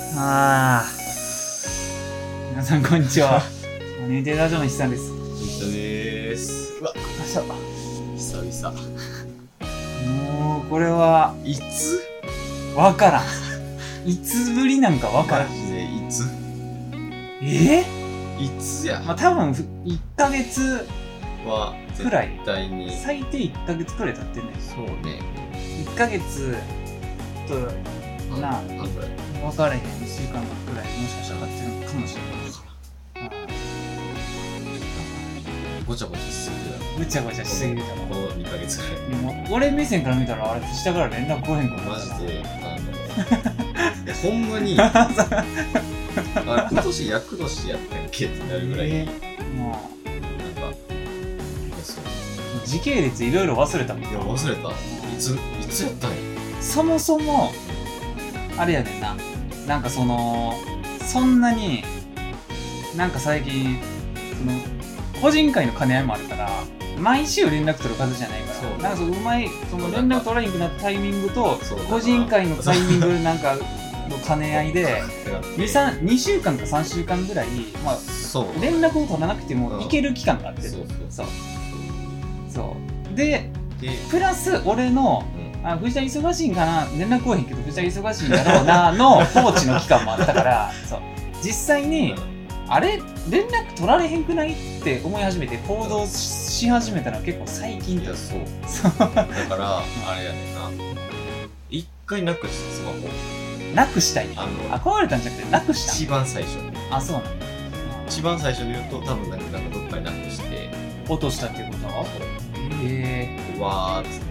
皆さんこんにちは。アニメテラジオの筆さんです。 藤田でーす。うわ、久々。 もうこれはいつわからん。いつぶりなんかわからん。 マジでいついつや。 まあ多分1ヶ月はくらい。 絶対に最低1ヶ月くらい経ってんねん。 そうね。 1ヶ月となあ、分からへん。1週間くらいもしかしたら経ってるかもしれない。 ごちゃごちゃしすぎるだろ。 ぐちゃぐちゃしすぎるだろ。 この2ヶ月くらい。 でも俺目線から見たらあれ下から連絡来へんかも。 マジでほんまにあ今年厄年やったっけってなるぐらい、 もうなんかそう時系列いろいろ忘れたもん。 いや忘れた。いつやったんや。 そもそもあれやねんな。なんかそんなになんか最近個人会の兼ね合いもあるから毎週連絡取る数じゃないから、なんかうまい連絡取らへんくなったタイミングと個人会のタイミングなんかの兼ね合いで2週間か3週間ぐらい、まあ、連絡を取らなくてもいける期間があって、そうでプラス俺の藤田忙しいんかな、連絡来へんけど藤田忙しいんだろうなの放置の期間もあったからそう実際に、あれ連絡取られへんくないって思い始めて行動し始めたのは結構最近だ。 そうだからあれやねんな、一回なくしたスマホなくしたい。壊れたんじゃなくてなくした。 一番最初。 あ、そうなんだ。 一番最初で言うと多分なんかどっかになくして落としたっていうこと？ わーっつって、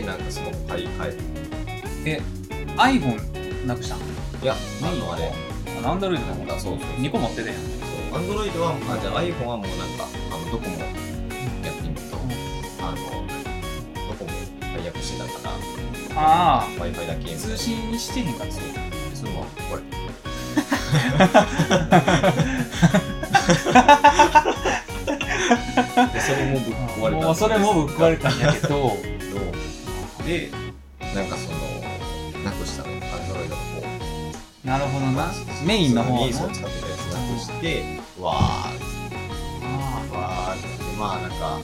なんかスマホ買い替える。 iPhone なくしたん？いや、あれアンドロイドだもん。 そう 2個持ってたやん。 アンドロイドはじゃあ iPhone はもうなんかどこもやってみると、どこも解約してたから、Wi-Fi だけ通信してへんからそう。 それもこれそれもぶっ壊れた。 もうそれもぶっ壊れたんやけどで、なんかなくしたの、アンドロイドの方。 なるほどな。メインの方に使ってたやつなくしてわーってまあなんか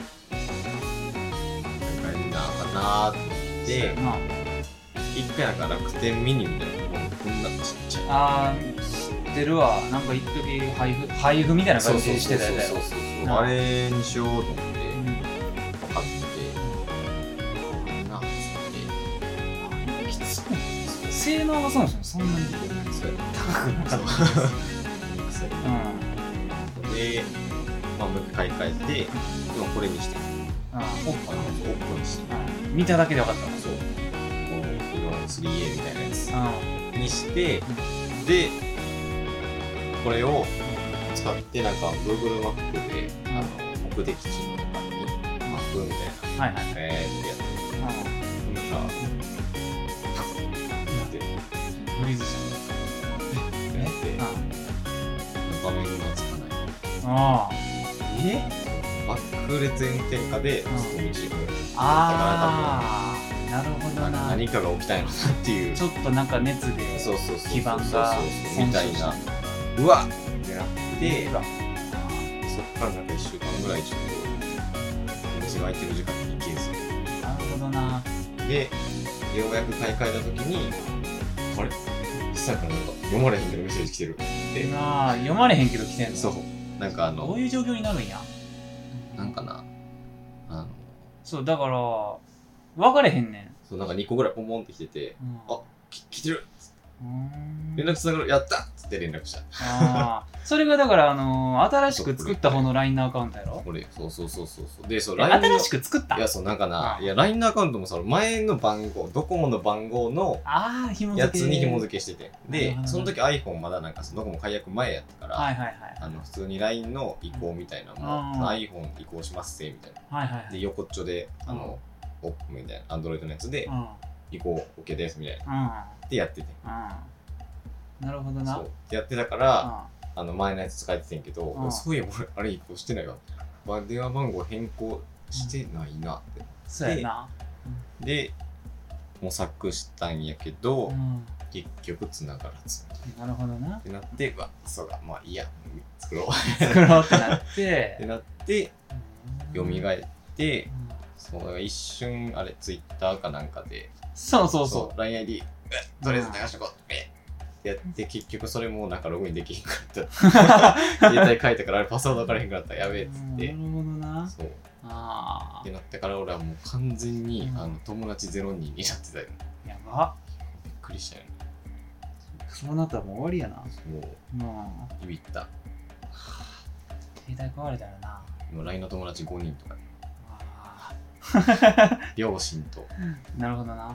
いいなかなーって思って一回なんか楽天ミニみたいなもうこんなちっちゃい知ってるわ。なんか一時配布みたいな感じしてたやつ。 そうあれにしようと思って買ってなっつってきつい。 性能がそもそもそんなに高くなかったで、もう一回買い替えて、でもこれにしてオップにして見ただけで分かったの。 そう3A みたいなやつにして、でこれを使ってなんか Google マップで目的地の中にマップみたいなってやってなんかフリーズしたやって画面がつかない。爆裂炎天下でずっと道行く。 なるほどな。 何かが起きたいのかっていう。 ちょっとなんか熱で基盤がみたいな。うわっってなって、そっからなんか1週間ぐらいちょっと道が空いてる時間に行けず。 なるほどな。 で、ようやく買い替えた時に、あれ実際からなんか読まれへんけどメッセージ来てるって。 読まれへんけど来てんの。 そう。なんかどういう状況になるんや。 なんかな。 そう、だから、分かれへんねん。 そう、なんか2個ぐらいポンポンって来てて、来てる連絡つながる、やったっつって連絡した。 それがだから新しく作った方の LINE のアカウントやろ。 これそうで新しく作った。 いやなんかな、いや LINE のアカウントもさ前の番号ドコモの番号のやつに紐付けしてて、でその時 iPhone まだなんかドコモ解約前やったから普通に LINE の移行みたいなのも iPhone 移行しますぜみたいなで横っちょでオップみたいな Android のやつで移行 OK ですみたいなってやってて。 なるほどな。 そうやってたから前のやつ使えててんけど、そういえば俺あれ移行してないわ。電話番号変更してないなって。 そうやな。 で模索したんやけど、 結局繋がらず。 なるほどな。 ってなって、うわ、そうだ、まあいいや、作ろう。 作ろうってなって。 ってなって、蘇って、そう一瞬あれツイッターかなんかでそうそうそう LINEID とりあえず流しとこうってやって結局それもなんかログインできへんかった携帯書いたからあれパスワード分からへんかったやべえっつってなるほどなそうってなってから俺はもう完全に、友達0人になってたよやばびっくりしたよねそうなったらもう終わりやなそうもうビビった携帯壊れたらな今 LINE の友達5人とか両親となるほどな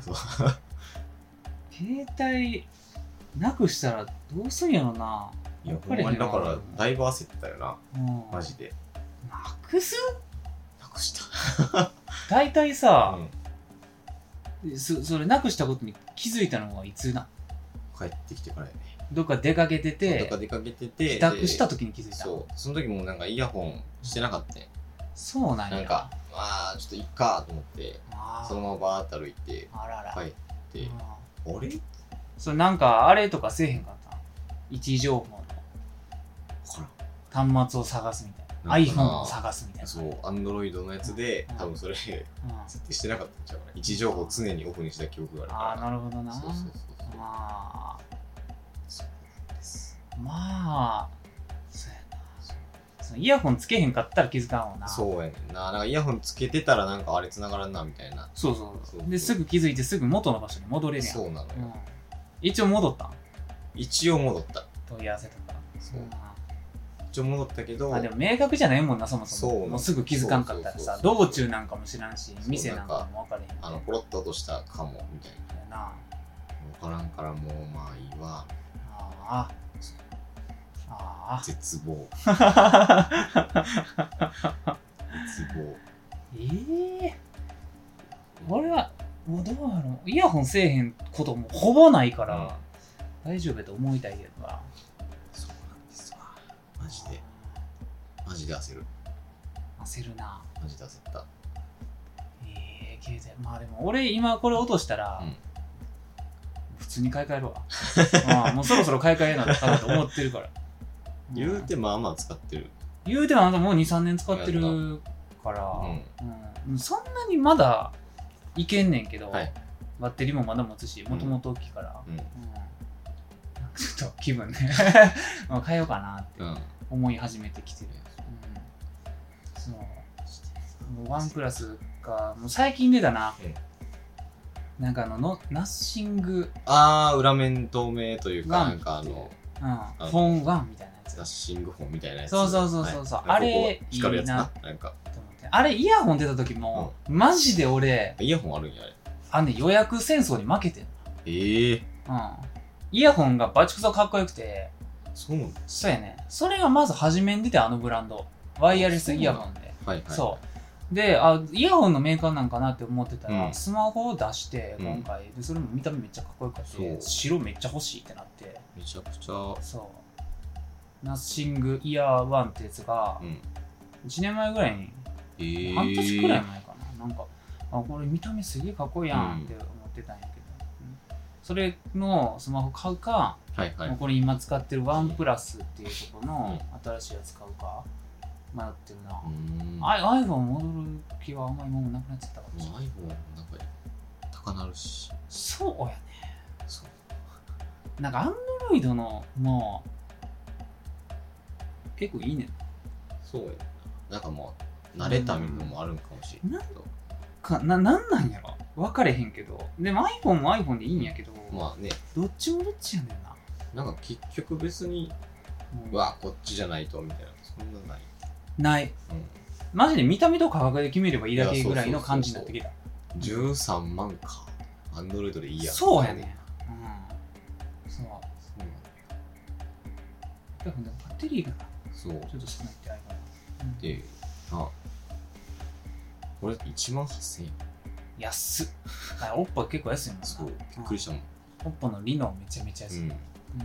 携帯なくしたらどうすんやろないやほんまにだからだいぶ焦ったよなマジでなくすなくした大体さ、それなくしたことに気づいたのはいつな帰ってきてからやねどっか出かけてて帰宅した時に気づいたそうその時もなんかイヤホンしてなかったねそうなんやなんかまあちょっといっかと思ってそのままバーッと歩いて帰ってあれそれなんかあれとかせえへんかった位置情報の端末を探すみたいな iPhone を探すみたいなそう Android のやつで多分それ設定してなかったんちゃうかな位置情報を常にオフにした記憶があるからああなるほどなそうまあそうなんですまあイヤホンつけへんかったら気づかんわなそうやねんななんかイヤホンつけてたらなんかあれ繋がらんなみたいなそうですぐ気づいてすぐ元の場所に戻れるやんそうなのよ、 一応戻ったん一応戻った問い合わせとかそう一応戻ったけどでも明確じゃないもんなそもそももうすぐ気づかんかったらさ道中なんかも知らんし店なんかも分からへんポロッと落としたかもみたいな分からんからもうまあいいわ絶望絶望俺はもうどうやろうイヤホンせえへんこともほぼないから、大丈夫やと思いたいけどなそうなんですわマジで焦るなマジで焦った携帯まあでも俺今これ落としたら、普通に買い替えるわもうそろそろ買い替えなのかなと思ってるから言うてまあまあ使ってる言うてもあなたもう 2,3 年使ってるから、そんなにまだいけんねんけど、バッテリーもまだ持つしもともと大きいから、ちょっと気分ね変えようかなって思い始めてきてる、そうワンプラスかもう最近出たな、なんかナッシング裏面透明というかなんかフォン1みたいなやつナッシングフォンみたいなやつそうあれいいななんかあれイヤホン出た時もマジで俺イヤホンあるんやあれ予約戦争に負けてんイヤホンがバチクソかっこよくてそうなんだそうやねそれがまず初めに出てブランドワイヤレスイヤホンでそうでイヤホンのメーカーなんかなって思ってたら、スマホを出して今回でそれも見た目めっちゃかっこよかった白めっちゃ欲しいってなってめちゃくちゃそうナッシングイヤー1ってやつが1年前ぐらいに半年くらい前かななんかこれ見た目すげえかっこいいやんって思ってたんやけど、それのスマホ買うか、これ今使ってるワンプラスっていうところの新しいやつ買うか迷ってるな。iPhone 戻る気はあんまりもうなくなっちゃったかもしれない。 iPhone なんか高なるし。 そうやね。なんか Android のもう結構いいね。 そうやね。なんかもう慣れたのもあるんかもしれないけど。 なんなんやろ分かれへんけど。でも iPhone も iPhone でいいんやけど。 まあね。 どっちもどっちやねんな。なんか結局別に、こっちじゃないとみたいな。そんなない。 ない。マジで見た目と価格で決めればいいだけぐらいの感じになってきた。 13万か。Android でいいや。 そうやね。そう。だからバッテリーがちょっと少ないってあれかな。 で、これ18,000円。 安っ。オッポ結構安いもんな。 そう、びっくりしたもん。 オッポのリノめちゃめちゃ安い。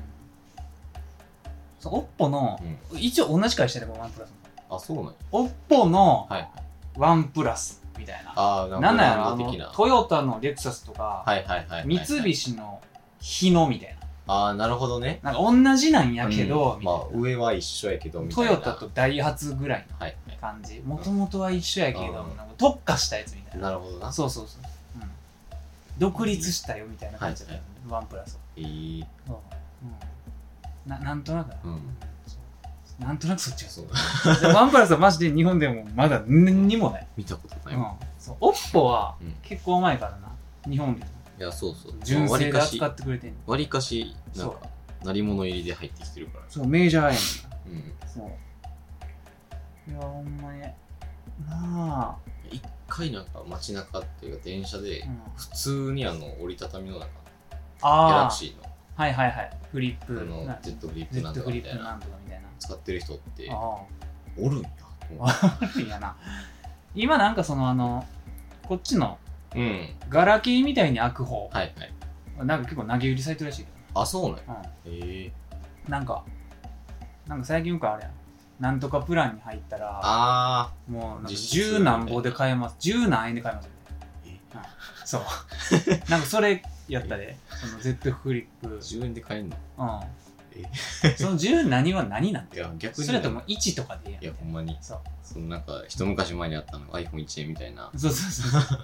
オッポの、一応同じ会社でもワンプラスの。そうなんや。 オッポのワンプラスみたいな。なんなんやろトヨタのレクサスとか、三菱の日野みたいな。 ああ、なるほどね。 なんか同じなんやけど、 まあ上は一緒やけどみたいな。 トヨタとダイハツぐらいの感じ。もともとは一緒やけど、なんか特化したやつみたいな。 なるほどな。 そうそうそう。独立したよみたいな感じだった、ワンプラスを。なんとなくなんとなくそっちがそうワンプラスはマジで日本でもまだ何にもない。 見たことないわ。 オッポは結構前からな、日本で。 いや、そうそう。 純正で扱ってくれてんの。 わりかし、なんか、鳴り物入りで入ってきてるから。 そう、メジャーやねんな。そう。いや、ほんまに。なあ。 一回なんか街中っていうか電車で、普通に折りたたみのなんか、ギャラクシーの。 はいはいはい。フリップ。 ジェットフリップなんとかみたいな。使ってる人って、おるんや。 おるんやな。今なんかこっちの、ガラケーみたいに開く方。はいはい。なんか結構投げ売りサイトらしいけど。 あ、そうね。 なんか最近よくあれやん。なんとかプランに入ったら、もうなんか10何ぼで買えます。10何円で買えますよね。そう。なんかそれやったで、その Z フリップ。 10円で買えんの？ その10何は何なんて。 いや、逆に。 それとも1とかでいいやん。 いや、ほんまに。そう。なんか、一昔前にあったの iPhone1 円みたいな。 そうそうそう。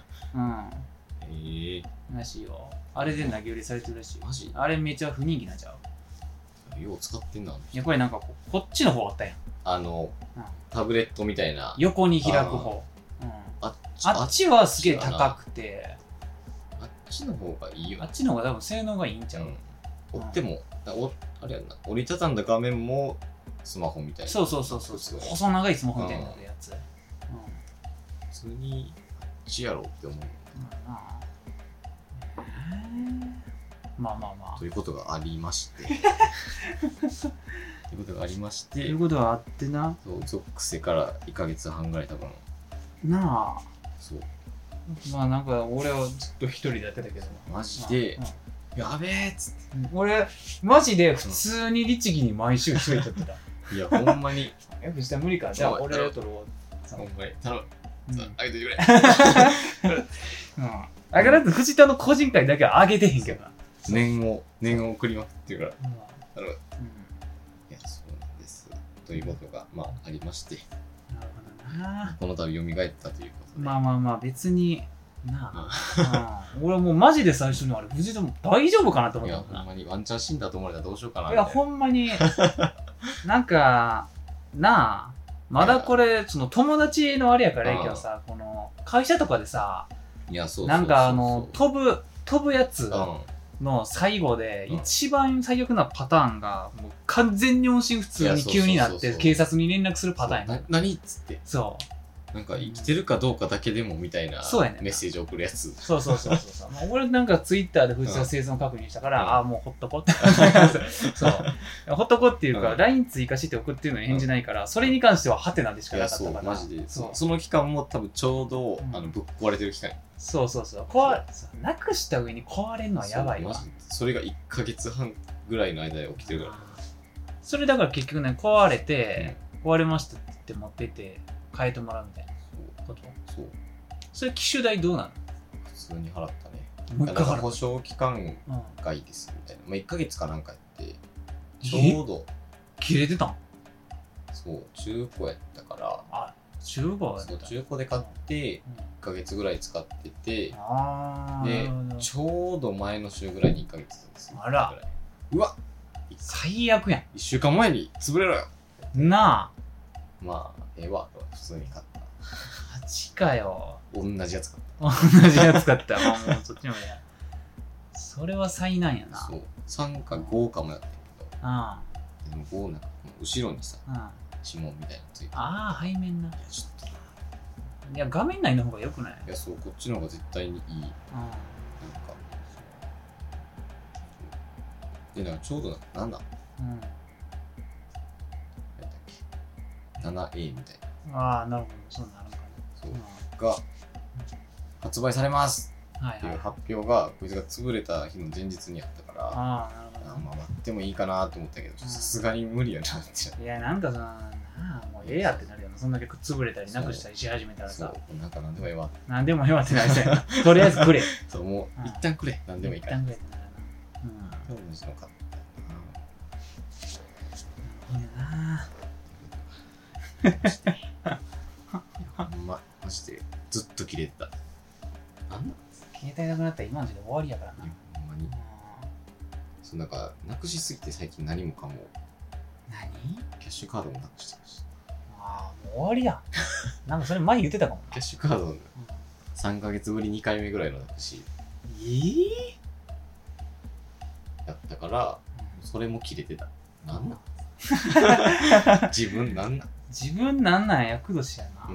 らしいよ。あれで投げ売りされてるらしいよ。 マジ？ あれめちゃ不人気なんちゃう？よう使ってんな。 やっぱりなんかこっちの方あったやん。 タブレットみたいな。 横に開く方。あっちはすげえ高くて。 あっちの方がいいよ。 あっちの方が多分性能がいいんちゃう？ 折っても、あれやんな。折りたたんだ画面もスマホみたいな。 そう。細長いスマホみたいなやつ。普通にあっちやろって思う。 まあ。 ということがありまして。ということがあってな。 そう、属性から1ヶ月半ぐらい多分。 なあ。 そう。 まあなんか俺はずっと一人でやってたけど。 マジで、やべえっつって。 俺、マジで普通に律儀に毎週一人でやってた。 いや、ほんまに。 藤田無理か。じゃあ俺とろう。 ほんまに。頼む。あげてくれ。 あげられて藤田の個人会だけはあげてへんけどな。 念を送りまくってるから。頼む。いや、そうなんです。ということが、まあ、ありまして。 なるほどな。 この度蘇ったということで。 まあ、別に。なあ。俺はもうマジで最初にあれ、藤田も大丈夫かなと思ったもんな。 いや、ほんまにワンチャン死んだと思われたらどうしようかな。 いや、ほんまに。なんか、なあ。まだこれ、その友達のあれやからいいけどさ、この会社とかでさ、なんか飛ぶやつの最後で一番最悪なパターンがもう完全に音信不通に急になって警察に連絡するパターンや。 何っつって。 そう。 なんか生きてるかどうかだけでもみたいなメッセージを送るやつ。 そう。俺なんかツイッターで藤田生存確認したから、あ、もうほっとこって。そう。ほっとこっていうか、LINE 追加して送ってるのに返事ないから、それに関してはハテナでしかなかったから。 マジで。その期間も多分ちょうどぶっ壊れてる期間。 そう。なくした上に壊れるのはやばいわ。 それが1ヶ月半ぐらいの間で起きてるから。 それだから結局ね、壊れて、壊れましたって言って持ってって変えてもらうみたいなこと。そう。それ機種代どうなの？ 普通に払ったね。 もう一回払った。 保証期間外ですみたいな。まあ1ヶ月かなんかやって、ちょうど。 切れてたん？ そう、中古やったから。 あ、中古やった。 そう、中古で買って、1ヶ月ぐらい使ってて、で、ちょうど前の週ぐらいに1ヶ月ですよ。 あら。 うわ最悪やん。 1週間前に潰れろよ。 なあ。 まあ、ええわ、普通に買った。 マジかよ。 同じやつ買った。 同じやつ買った。もうそっちもや。それは災難やな。 そう。3か5かもやったけど。 ああ。 でも5なんか、後ろにさ、指紋みたいなのついてる。 ああ、背面な。いや、 ちょっとな。 いや、画面内の方が良くない？ いや、そう、こっちの方が絶対にいい。なんか、で、なんかちょうどなんだ？何だっけ？ 7A みたいな。ああ、なるほど。そうなるかね。 そう。が、発売されますっていう発表が、こいつが潰れた日の前日にあったから、 ああ、なるほど。 まあ、待ってもいいかなと思ったけど、さすがに無理やなって。 いや、なんかさ、もうええやってなるよな。そんだけ潰れたりなくしたりし始めたらさ。 そう、なんかなんでもええわ。 なんでもええわってなりそうやな。とりあえずくれ。 そう、もう一旦くれ。なんでもいいから。 一旦くれってなるな。 でも面白かったな。マジでずっと切れてた。なんだ携帯なくなったら今の時代終わりやからな。 ほんまに。そうなんかなくしすぎて最近何もかも。 何？ キャッシュカードもなくしてました。 ああ、もう終わりやん。なんかそれ前言ってたかも。 キャッシュカード3ヶ月ぶり2回目ぐらいのなくし。やったから、それも切れてた。なんなん自分なんなん自分なんなん厄年やな。 そう。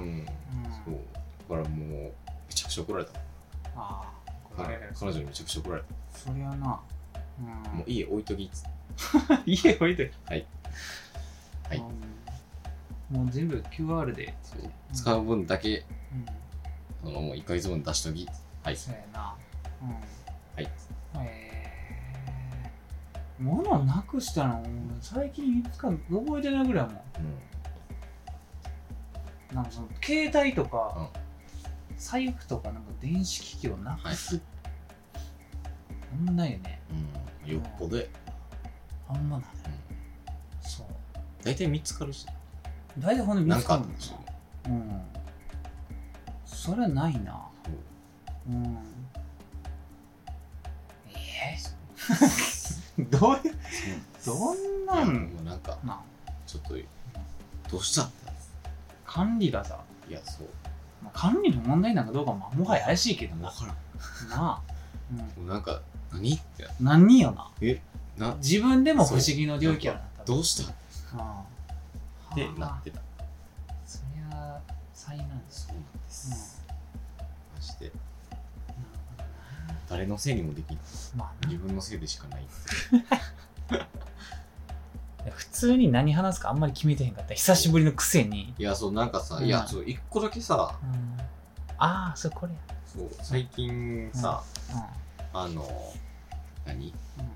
だからもう、めちゃくちゃ怒られた。 ああ、 彼女にめちゃくちゃ怒られた。 そりゃな。 もう家置いときっつって。 家置いとき。 はい。はい。 もう全部 QR で。 使う分だけ、もう1ヶ月分出しとき。はい。 そうやな。 はい。 物なくしたの最近いつか覚えてないぐらいもん。なんかその携帯とか、財布とかなんか電子機器をなくす。あんまないよね。 よっぽどで。 あんまない。そう。 大体見つかるし。 大体ほんと見つかるんだし。 それはないな。どんなんもうなんかちょっとどうしたって管理がさ、 いやそう管理の問題なんかどうかもはや怪しいけどな。 分からんなあ、 なんか何って何よな。 な自分でも不思議の領域やな。 どうしたってなってた。 そりゃ災難です。 そうなんです。マジで誰のせいにもできん。自分のせいでしかない。 普通に何話すかあんまり決めてへんかった。久しぶりのくせに。 いやそうなんかさ、いやそう一個だけさ、 ああそれこれや。 そう最近さ、何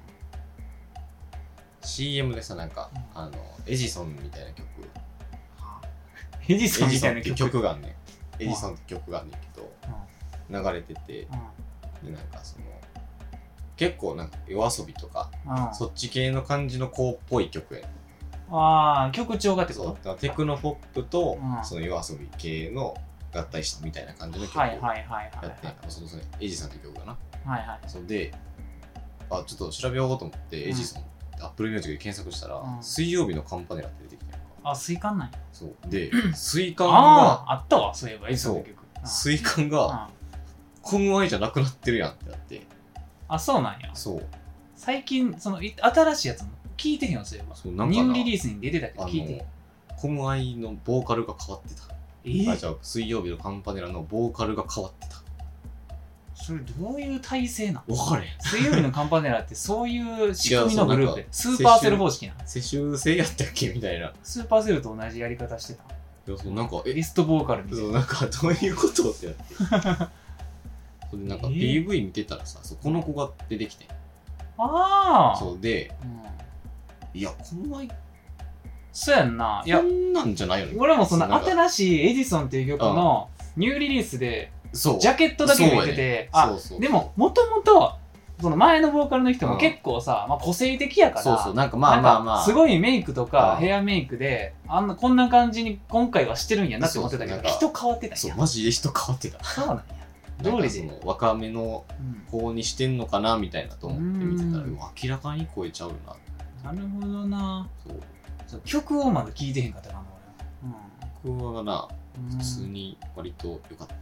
？CM でさなんかエジソンみたいな曲。 エジソンみたいな曲があんねん。エジソンって曲があんねんけど流れてて。でなんかその結構なんか夜遊びとかそっち系の感じの子っぽい曲やねん。 曲調がってこと？ そうテクノポップとその夜遊び系の合体したみたいな感じの曲をやってそのエジソンって曲かな。それでちょっと調べようと思ってエジソンアップルミュージックで検索したら水曜日のカンパネラって出てきてんか。 水管ない。 そうで水管があったわそういえばエジソンの曲。 水管がコムアイじゃなくなってるやんってなって。 そうなんや。 そう最近その新しいやつも聞いてへんよそういえば。ニューリリースに出てたけど聞いてへん。 コムアイのボーカルが変わってた。じゃあ水曜日のカンパネラのボーカルが変わってた。 それどういう体制なの？分かれへん。 水曜日のカンパネラってそういう仕組みのグループでスーパーセル方式な。 世襲制やったっけみたいな。 スーパーセルと同じやり方してた。 いやそうなんかリストボーカルみたいな。 なんかどういうことってやって。それでなんか PV 見てたらさ、この子が出てきて。そうで、いやこんなそうやんな。 いやこんなんじゃないよね。 俺もその新しいエジソンっていう曲のニューリリースでジャケットだけ見てて、でももともとその前のボーカルの人も結構さ、個性的やからなんかまあすごいメイクとかヘアメイクでこんな感じに今回はしてるんやなって思ってたけど、人変わってたんや。 そうマジで人変わってた。 そうなんや。 どうりで若めの子にしてんのかなみたいなと思って見てたら明らかに超えちゃうよな。なるほどな。そう曲をまだ聴いてへんかったな俺。曲はな普通に割と良かったです。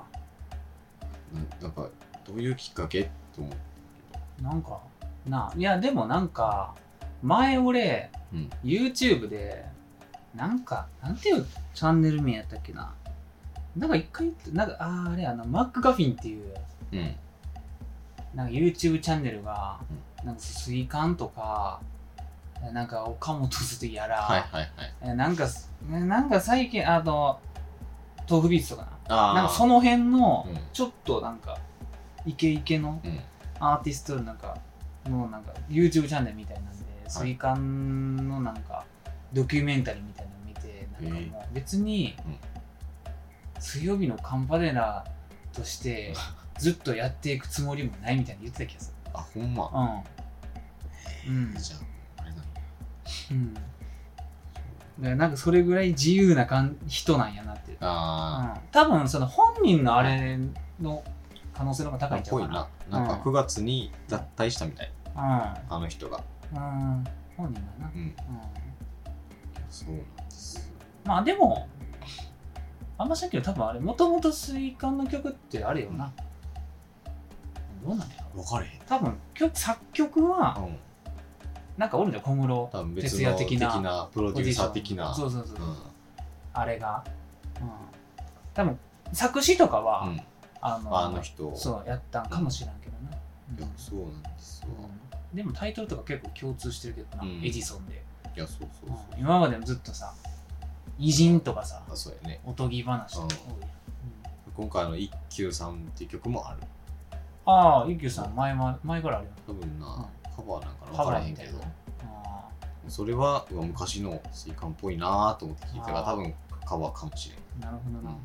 なんかどういうきっかけと思う。 なんかいやでもなんか前俺、YouTube でなんていうチャンネル名やったっけな。なんか一回あれマックガフィンっていうなんか YouTube チャンネルがなんか水管とかなんか岡本図やらなんか最近豆腐ビーツとかなんかその辺のちょっとなんかイケイケのアーティストなんかのなんか YouTube チャンネルみたいなんで水管のなんかドキュメンタリーみたいなの見てなんかもう別に水曜日のカンパネラとしてずっとやっていくつもりもないみたいに言ってた気がする。 あ、ほんま。 うん。 じゃあ、あれなんや。 うん。だからなんかそれぐらい自由な人なんやなっていう。 ああ、 多分その本人のあれの可能性の方が高いんちゃうかな。 なんか9月に脱退したみたい。あの人が。 本人がな。 そうなんです。 まあでも、あんましゃけど多分あれ、もともと水管の曲ってあれよな。どうなんやろ。 分かれへん。 多分作曲は、なんかおるんだよ、小室哲哉的なプロデューサー的な。 そう。あれが。多分作詞とかは、 あの人そうやったんかもしれんけどな。 いや、そうなんですよ。 でもタイトルとか結構共通してるけどな、エジソンで。 いや、そう。 今までもずっとさ、偉人とかさ、 そうやね。 おとぎ話とか多いやん。 今回の一休さんっていう曲もある。 ああ、一休さん前からあるよ。 多分な、カバーなんかな分からへんけど。それは昔の水管っぽいなぁと思って聞いたら多分カバーかもしれん。 なるほどな。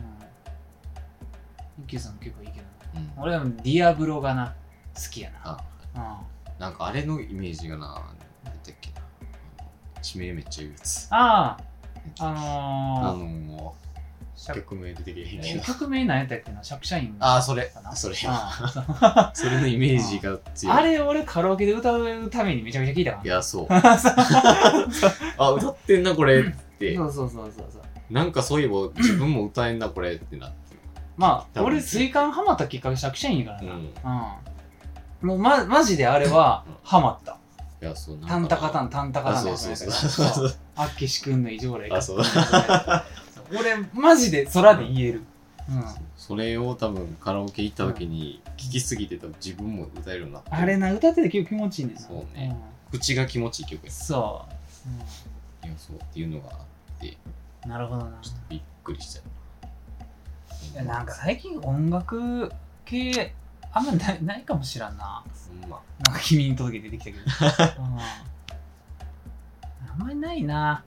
一休さんも結構いいけどな。俺はディアブロがな、好きやな。 なんかあれのイメージがな、何だっけな。地名めっちゃ言うやつ。曲名出てけへんけど。 曲名何やったっけな、シャクシャイン。 それのイメージが強い。 あれ俺カラオケで歌うためにめちゃめちゃ聞いたから。 いや、そう。歌ってんなこれって。 そう。 なんかそういえば自分も歌えんなこれってなって。 まあ俺水管ハマったきっかけシャクシャインやからな。もうマジであれはハマった。 いや、そう。 タンタカタン。 そう。 あっけし君の異常霊か。俺マジで空で言える。 それを多分カラオケ行った時に聞きすぎて多分自分も歌えるようになって。 あれな、歌ってて結構気持ちいいねんな。 そうね。口が気持ちいい曲や。 そう。 いや、そうっていうのがあって。なるほどな。 ちょっとびっくりしちゃう。なんか最近音楽系あんまないかもしらんな。なんか君に届け出てきたけど。あんまりないな。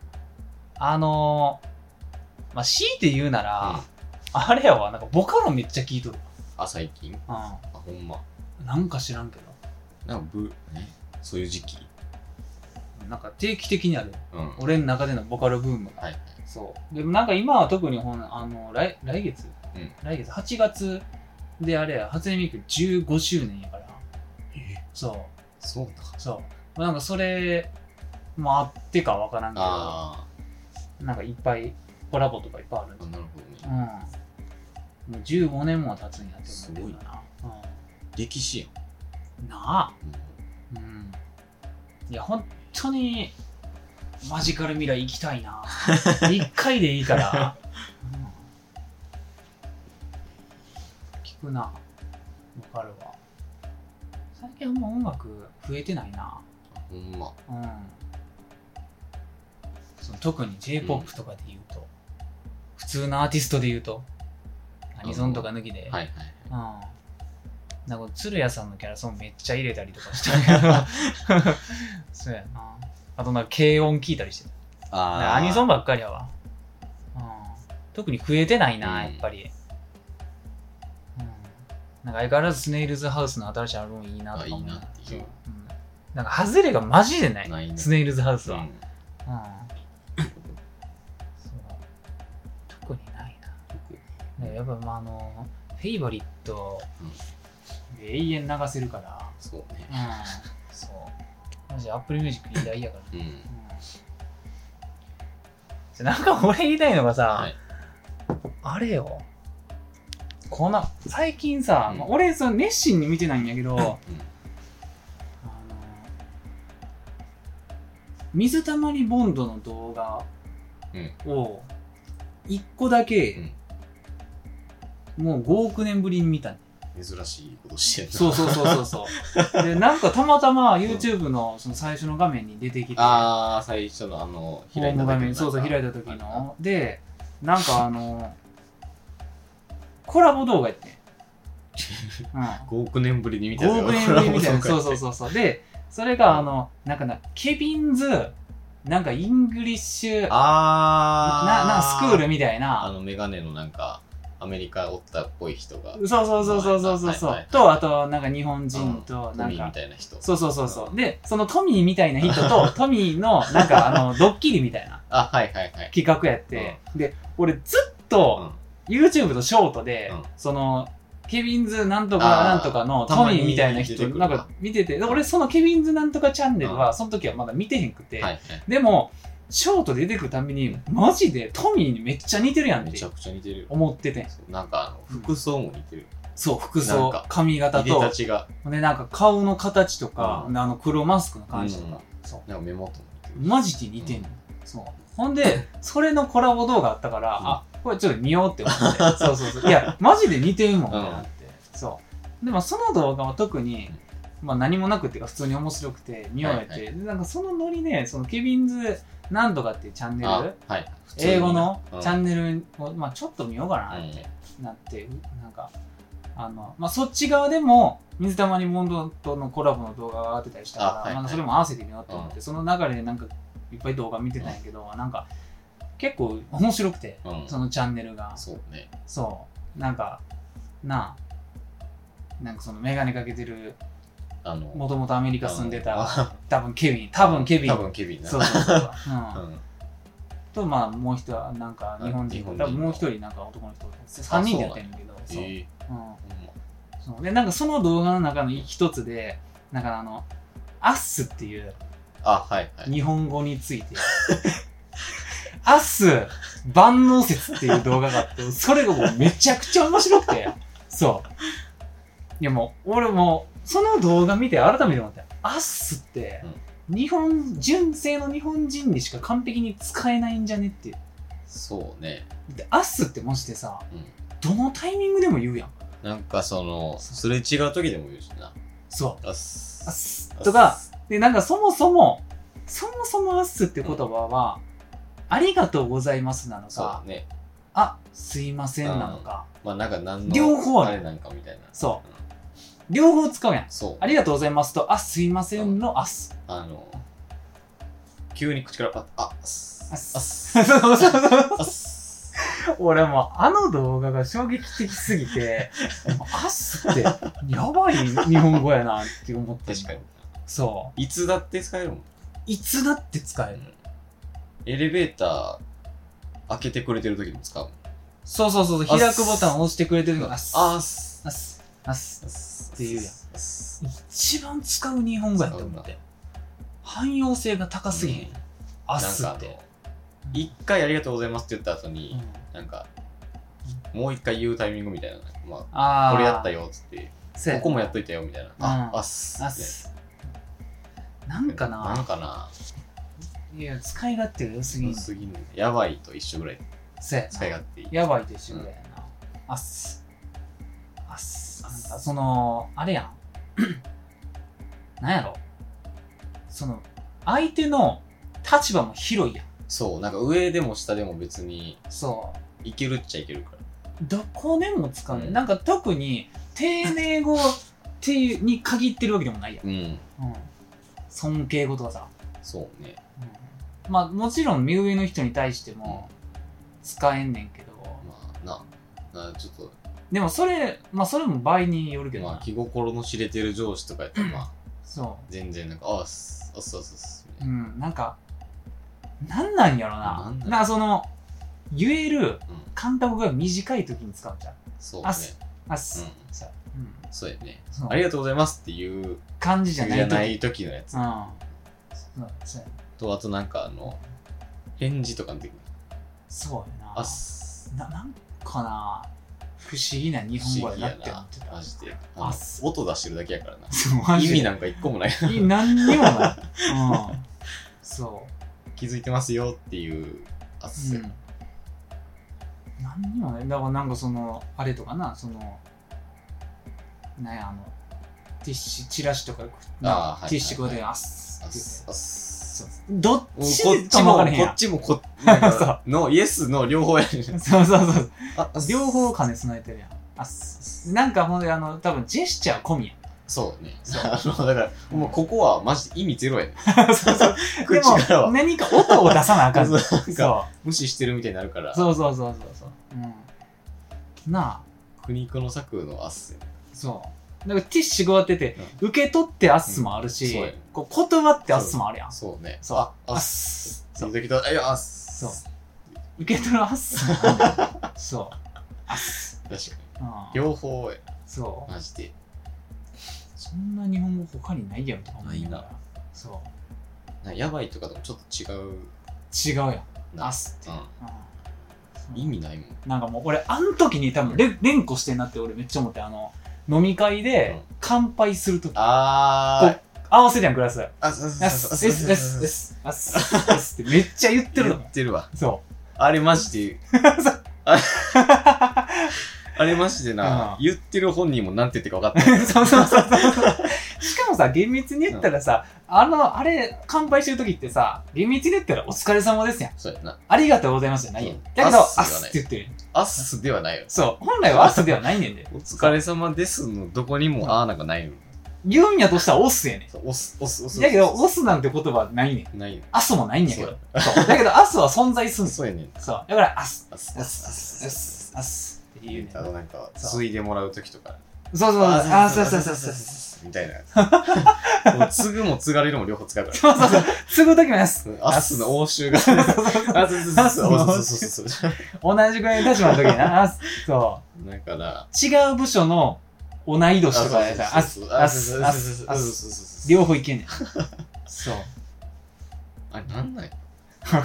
まあ、強いて言うなら、あれやわ、なんかボカロめっちゃ聴いとる。 最近？ほんま。 なんか知らんけど。 なんかそういう時期？ なんか定期的にある。俺の中でのボカロブームが。そう。でもなんか今は特に来月8月であれや、初音ミク15周年やから。そうだ。 そう。なんかそれもあってかわからんけど、なんかいっぱいコラボとかいっぱいあるんです。 なるほどね。 もう15年も経つんやって思ってるな。 歴史やん。なあ。いや、本当にマジカル未来行きたいな。1回でいいから。聞くな。わかるわ。最近あんま音楽増えてないな。 ほんま。 特に J-POP とかで言うと、普通のアーティストで言うと、アニソンとか抜きで、なんか鶴屋さんのキャラソンめっちゃ入れたりとかしたけど、そうやな。あとなんか軽音聞いたりしてる。アニソンばっかりやわ。特に増えてないな、やっぱり。なんか相変わらずスネイルズハウスの新しいアルバムいいなとか思う。なんか外れがマジでない、スネイルズハウスは。特にないな。やっぱフェイバリットで永遠流せるから。 そうね。 そう。マジアップルミュージック偉大やから。なんか俺言いたいのがさ、あれよ。最近さ、俺熱心に見てないんやけど、水溜りボンドの動画を1個だけ、もう5億年ぶりに見たね。 珍しいことしてるな。 そう。で、なんかたまたま YouTube のその最初の画面に出てきて。 最初の開いた時の。そう、開いた時の。で、なんかコラボ動画やって。 5億年ぶりに見たよ。 5億年ぶりに見たよ。そう。で、それがなんかケビンズ、なんかイングリッシュ、スクールみたいな。 メガネのなんか、 アメリカおったっぽい人が。 そう。と、あと、なんか日本人と、なんか。 トミーみたいな人。 そう。で、そのトミーみたいな人と、トミーの、なんかドッキリみたいな。企画やって、で、俺ずっと、YouTube とショートで、その、ケビンズなんとかなんとかのトミーみたいな人、なんか見てて、俺そのケビンズなんとかチャンネルは、その時はまだ見てへんくて、でも、ショート出てくるたびに、マジでトミーにめっちゃ似てるやんって。 めちゃくちゃ似てる。 思ってて。 なんか服装も似てる。 そう、服装、髪型と。 入れ立ちが。 ね、なんか顔の形とか、黒マスクの感じとか。 そう。なんか目元も似てる。マジで似てんの。そう。ほんで、それのコラボ動画あったから、あ、これちょっと見ようって思って。そう。いや、マジで似てんもんってなって。そう。でもその動画は特に、まあ何もなくっていうか普通に面白くて見終えて、なんかそのノリで、そのケビンズなんとかっていうチャンネル、英語のチャンネルを、まあちょっと見ようかなってなって、なんか、まあそっち側でも水溜りボンドとのコラボの動画が上がってたりしたから、まあそれも合わせてみようと思って、その流れでなんかいっぱい動画見てたんやけど、なんか結構面白くて、そのチャンネルが。 そうね。そう。 なんか、なんかそのメガネかけてる、もともとアメリカ住んでた、多分ケビンな。そう。と、まあもう一人はなんか日本人、多分もう一人なんか男の人、3人でやってるんだけど、そう。で、なんかその動画の中の一つで、なんかアッスっていう、日本語について、アッス万能説っていう動画があって、それがもうめちゃくちゃ面白くて、そう。いやもう、俺もその動画見て改めて思ったよ。アッスって、純正の日本人にしか完璧に使えないんじゃねっていう。 そうね。 で、アッスってもしてさ、どのタイミングでも言うやん。 なんかすれ違う時でも言うしな。 そう。アッス。とか、で、なんかそもそもアッスって言葉は、ありがとうございますなのか、あ、すいませんなのか。 まあなんか両方あれなんかみたいな。 そう。両方使うやん。そう。ありがとうございますと、あ、すいませんのあす。 急に口からパッと、あす。 俺も動画が衝撃的すぎて、あすってやばい日本語やなって思って。 確かに。 そう。 いつだって使えるもん。 いつだって使える。 エレベーター開けてくれてる時も使うもん。 そう。開くボタンを押してくれてるのが、あす。っていうやん。一番使う日本語やと思って。汎用性が高すぎへん。あすって。 一回ありがとうございますって言った後に、なんか、もう一回言うタイミングみたいな。まあ、これやったよっつって、ここもやっといたよみたいな。あす。 なんかな。いや、使い勝手が良すぎん。 やばいと一緒ぐらい。 使い勝手いい。 やばいと一緒ぐらいやな。あす。なんかあれやん。なんやろ。相手の立場も広いやん。 そう、なんか上でも下でも別に、 そう。 いけるっちゃいけるから。 どこでも使うね。なんか特に、丁寧語っていうに限ってるわけでもないやん。尊敬語とかさ。 そうね。 まあもちろん目上の人に対しても使えんねんけど。 まあちょっと。 でもそれも場合によるけどな。 まあ気心の知れてる上司とかやったらまあ。 そう。 全然なんか、あす。 なんか、なんやろな。なんか言える間隔が短い時に使うじゃん。 そうね。 あす。 そうやね。ありがとうございますっていう感じじゃない時のやつ。と、あとなんか返事とかの時に。 そうやな。 あす。 なんかな。不思議な日本語やなって思ってた。 マジで。音出してるだけやからな。 意味なんか一個もない。 何にもない。そう。 気づいてますよっていうあっす。 何にもない。だからなんかあれとかな、なんやティッシュ、チラシとか、ティッシュこうで、あっす。どっちもこっちものイエスの両方やねん。 そう。両方兼ね備えてるやん。あっす。なんかほんで多分ジェスチャー込みやん。 そうね。だからもうここはマジで意味ゼロやねん。 でも何か音を出さなあかん。 そう。無視してるみたいになるから。 そう。 なあ苦肉の策のアッスや。 そうだからティッシュこうやってて、受け取ってアッスもあるし、こう言葉ってアッスもあるやん。 そうね。 そうアッスそう時々いやアッスそう受け取るアッスもあるそうアッス確かに両方や。 そうマジでそんな日本語他にないやんとか思いながら。 そうやばいとかでもちょっと違うやんアッスって、 意味ないもん。 なんかもう俺あの時に多分連呼してんなって俺めっちゃ思って、飲み会で乾杯する時、合わせるやんグラス。ってめっちゃ言ってるの。 言ってるわ。 そうあれマジであれマジでな、言ってる本人もなんて言ってか分かってない。 そうしかもさ、厳密に言ったらさ、あれ乾杯してる時ってさ、厳密に言ったらお疲れ様ですやん。 そうやな。 ありがとうございますじゃないやん。だけどアッスって言ってる。 アッスではないよ。 そう、本来はアッスではないねんで。 お疲れ様ですのどこにもなんかないの。 言うんやとしたらオスやねん。 オス。 だけど、オスなんて言葉ないねん。 ない。 アスもないんやけど。そう。だけど、アスは存在すんねん。 そうやねん。 そう。だから、アスって言うねん。 なんか、継いでもらうときとか。 そう。 みたいな。もう継ぐも継がれるも両方使うから。 そう。継ぐときもやす。 アスの応酬が。 同じぐらいの立場のときにな。そう。 だから。 違う部署の同い年とかでさ、アス。両方いけんねん。そう。 あれ、なんないわ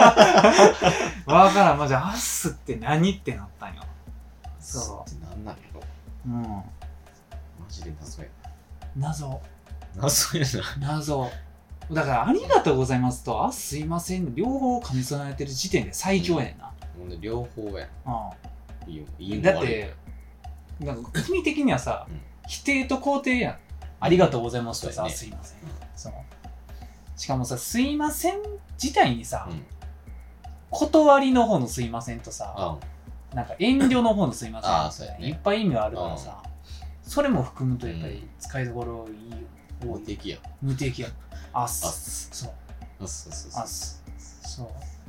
からん。まじゃアスって何ってなったんよ。 そう。ってなんなんやろ。マジで謎や。 謎やな。 謎。だから、ありがとうございますと、すいません、両方兼ね備えてる時点で最強やねんな。 ほんで、両方やん。いいのだって、なんか国的にはさ、否定と肯定やん。ありがとうございますとさ、すいません。しかもさ、すいません自体にさ、断りの方のすいませんとさ、なんか遠慮の方のすいません、いっぱい意味があるからさ、それも含むとやっぱり使いどころいいよ。 無敵や。 アス。そう。アス。そう。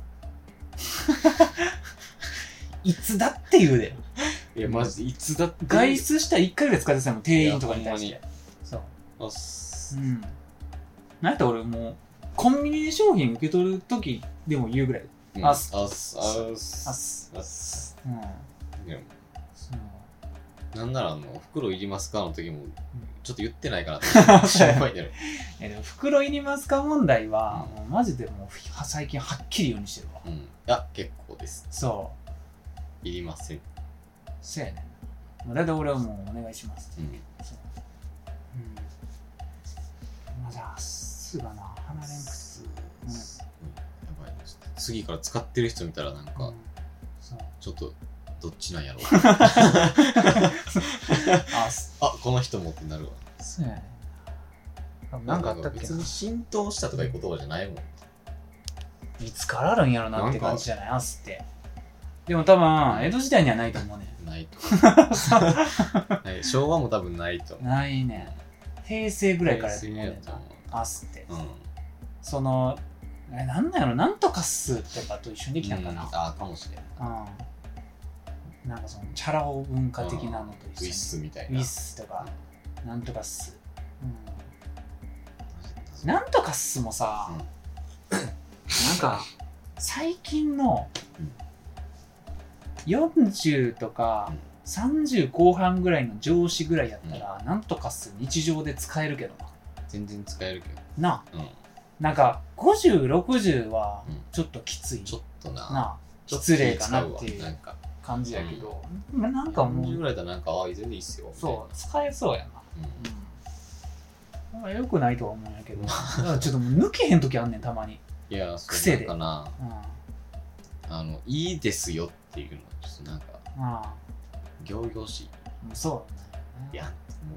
いつだって言うで。 いや、マジでいつだって。 外出したら1回ぐらい使ってたもん、店員とかに対して。そう。なんやったら俺もう、コンビニで商品受け取るときでも言うぐらい。アス。 なんなら袋いりますかの時もちょっと言ってないかなって心配だよ。 でも袋いりますか問題は、もうマジでもう最近はっきり言うにしてるわ。 いや結構です。 そう。 いりません。 そうやねん。だいたい俺はもうお願いしますって。まだすがな離れんくて。 やばい。次から使ってる人見たらなんかちょっと。どっちなんやろうこの人もってなるわ。 そうやね。 なんか別に浸透したとかいう言葉じゃないもん。 いつからあるんやろなって感じじゃないアスって。でも多分江戸時代にはないと思うね。 ないと昭和も多分ないと思う。 ないね。平成ぐらいからやと思うねんなアスって。そのなんなんやろ、なんとかっすとかと一緒にできたんかな。 かもしれん。 なんかそのチャラ男文化的なのと一緒に。 ウィッスみたいな。 ウィッスとか、なんとかっす。なんとかっすもさ、なんか最近の40とか30後半ぐらいの上司ぐらいやったら、なんとかっす日常で使えるけどな。 全然使えるけど。 なあ。なんか50、60はちょっときつい。 ちょっとな。 なあ。失礼かなっていう感じやけど、なんかもう。 40ぐらいだったらなんか、全然いいっすよ。 そう、使えそうやな。よくないとは思うんやけど、ちょっと抜けへん時あんねん、たまに。 いや、 癖で。 かな。いいですよっていうのは、ちょっとなんか、仰々しい。 そうだね。いや、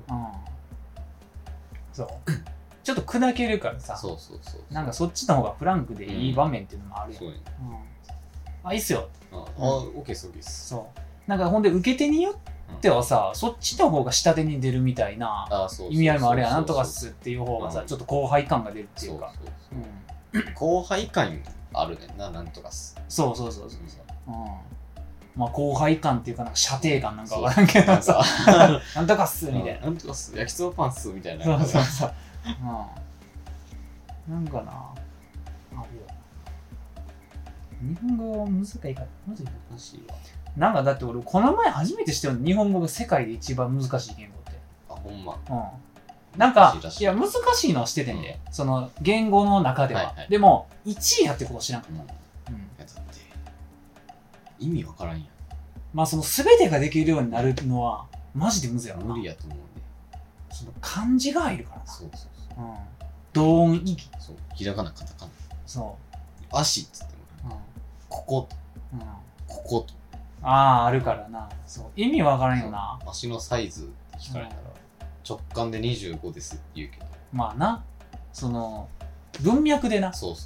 そう。ちょっと砕けるからさ、なんかそっちの方がフランクでいい場面っていうのもあるやん。いいっすよ。 オッケーです、オッケーです。 そう。なんかほんで受け手によってはさ、そっちの方が下手に出るみたいな意味合いもあるやん。なんとかっすっていう方がさ、ちょっと後輩感が出るっていうか。 後輩感あるねんな、なんとかっす。 そう。 まあ後輩感っていうかなんか射程感なんかわからんけどさなんとかっすみたいな、 なんとかっす焼きそばパンっすみたいなそうそうそうなんかなあるよ日本語難しいか難しいわなんかだって俺この前初めて知ったよ日本語が世界で一番難しい言語ってあほんまなんかいや難しいのは知っててんで、その言語の中では、でも1位やってこと知らんかった、 だって意味わからんやんまあその全てができるようになるのはマジでむずいやろな無理やと思うねその漢字が入るからなそう同音異義そうひらがなカタカナそう足っつってもこことこことあるからなそう意味わからんよな足のサイズって聞かれたら直感で25ですって言うけどまあなその文脈でなそう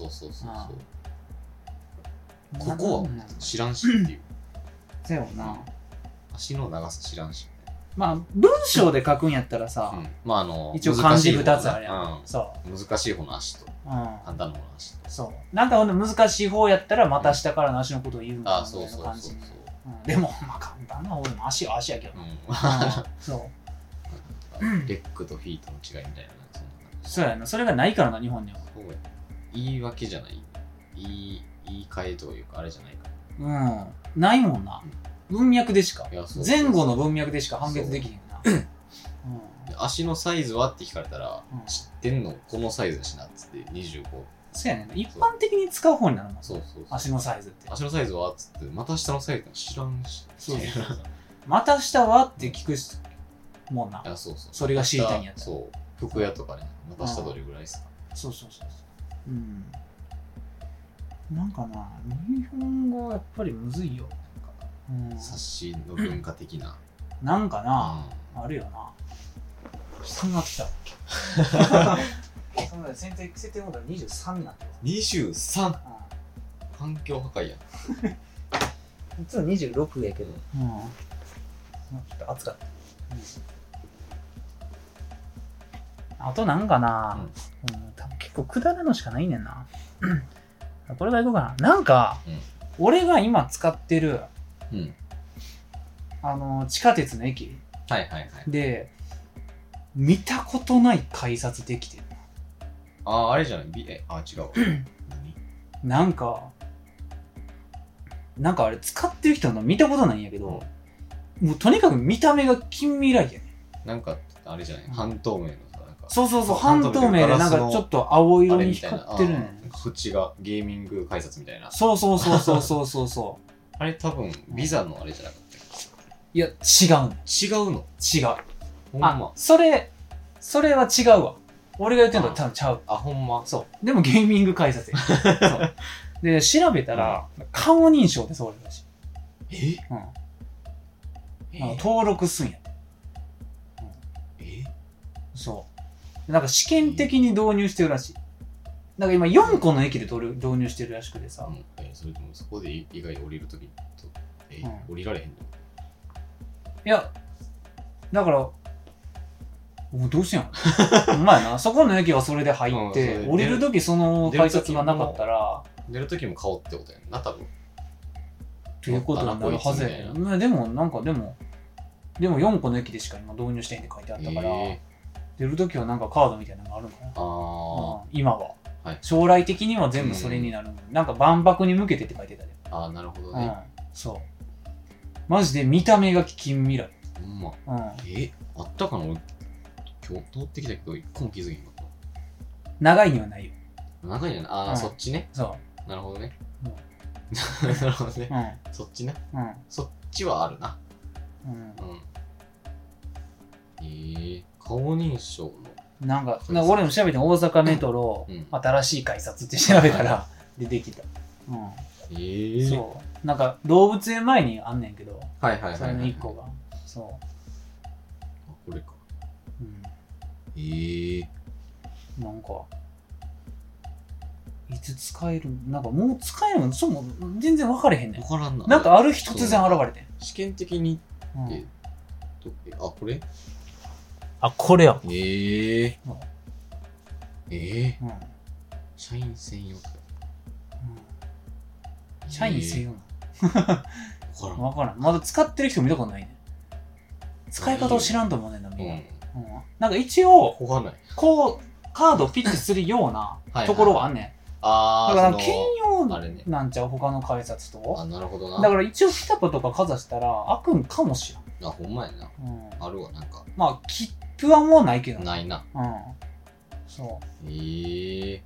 ここは知らんしっていうそうよな足の長さ知らんしまあ文章で書くんやったらさまあ一応漢字2つあるやんそう難しい方の足と簡単な方の足とそうなんかほんで難しい方やったらまた下からの足のことを言うんだみたいな感じでもまあ簡単な方でも足は足やけどそうレッグとフィートの違いみたいなそうやなそれがないからな日本にはそうや言い訳じゃない言い換えというかあれじゃないかないもんな文脈でしか前後の文脈でしか判別できへんな足のサイズはって聞かれたら知ってんのこのサイズだしなっつって25 そうやね一般的に使う方になるもんそう足のサイズって足のサイズはっつってまた下のサイズ知らんしまた下はって聞くもんなそうそれが知りたいんやったそう服屋とかねまた下どれぐらいですかそうなんかな日本語はやっぱりむずいよ冊子の文化的ななんかなあるよなそんな来たそんな先生設定モード23になってる 23! 環境破壊やいつも26やけどちょっと暑かった、あとなんかな、多分結構くだらのしかないねんなこれがいこうかななんか、俺が今使ってる、地下鉄の駅で見たことない改札できてるあれじゃない違うなんかあれ使ってる人の見たことないんやけど、もうとにかく見た目が近未来やねなんかあれじゃない半透明のさそう半透明でなんかちょっと青色に光ってるね縁がゲーミング改札みたいなそうあれ多分ビザのあれじゃなかったいや違うのほんまそれは違うわ俺が言ってんのは多分ちゃうほんまそうでもゲーミング改札やそうで調べたら顔認証でそうらしい登録すんやそうなんか試験的に導入してるらしいなんか今4個の駅で導入してるらしくてさそれともそこで以外で降りるとき降りられへんのいやだからどうしようお前なそこの駅はそれで入って降りるときその改札がなかったら出るときも顔ってことやんな多分っていうことになるはずやけどでも4個の駅でしか今導入してへんって書いてあったから出るときはなんかカードみたいなのがあるのかな今は将来的には全部それになるなんか万博に向けてって書いてたでなるほどねそうマジで見た目が近未来ほんまあったかな俺今日通ってきたけど一個も気づけへんかった長いにはないよ長いんじゃないそっちねそうなるほどねなるほどねそっちねそっちはあるな顔認証のなんか俺も調べて大阪メトロ新しい改札って調べたら出てきたそうなんか動物園前にあんねんけどそれの1個がそうこれかなんかいつ使えるなんかもう使えるのそうも全然分かれへんねん分からんななんかある日突然現れてん試験的にこれこれや社員専用社員専用分か分からん。まだ使ってる人見たことないね。使い方を知らんと思うねんな、みんな。なんか一応、こう、カードをピッてするようなところはあんねん。だから兼用なんちゃう他の改札と。 なるほどな。 だから一応ピタパとかかざしたら開くんかもしらん。 ほんまやな。あるわ、なんか。 まあ、切符はもうないけど。 ないな。 そう。 明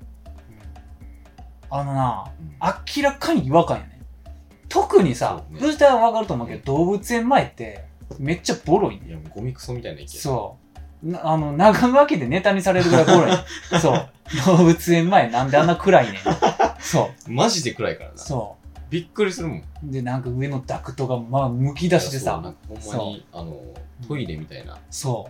らかに違和感やね。特にさ、藤田は分かると思うけど、動物園前ってめっちゃボロいね。 いや、ゴミクソみたいな意見。 そう。長垣でネタにされるぐらいボロい。そう。動物園前なんであんな暗いねん。そう。 マジで暗いからな。 そう。 びっくりするもん。 で、なんか上のダクトがむき出しでさ。 なんかほんまに、トイレみたいな。 そう。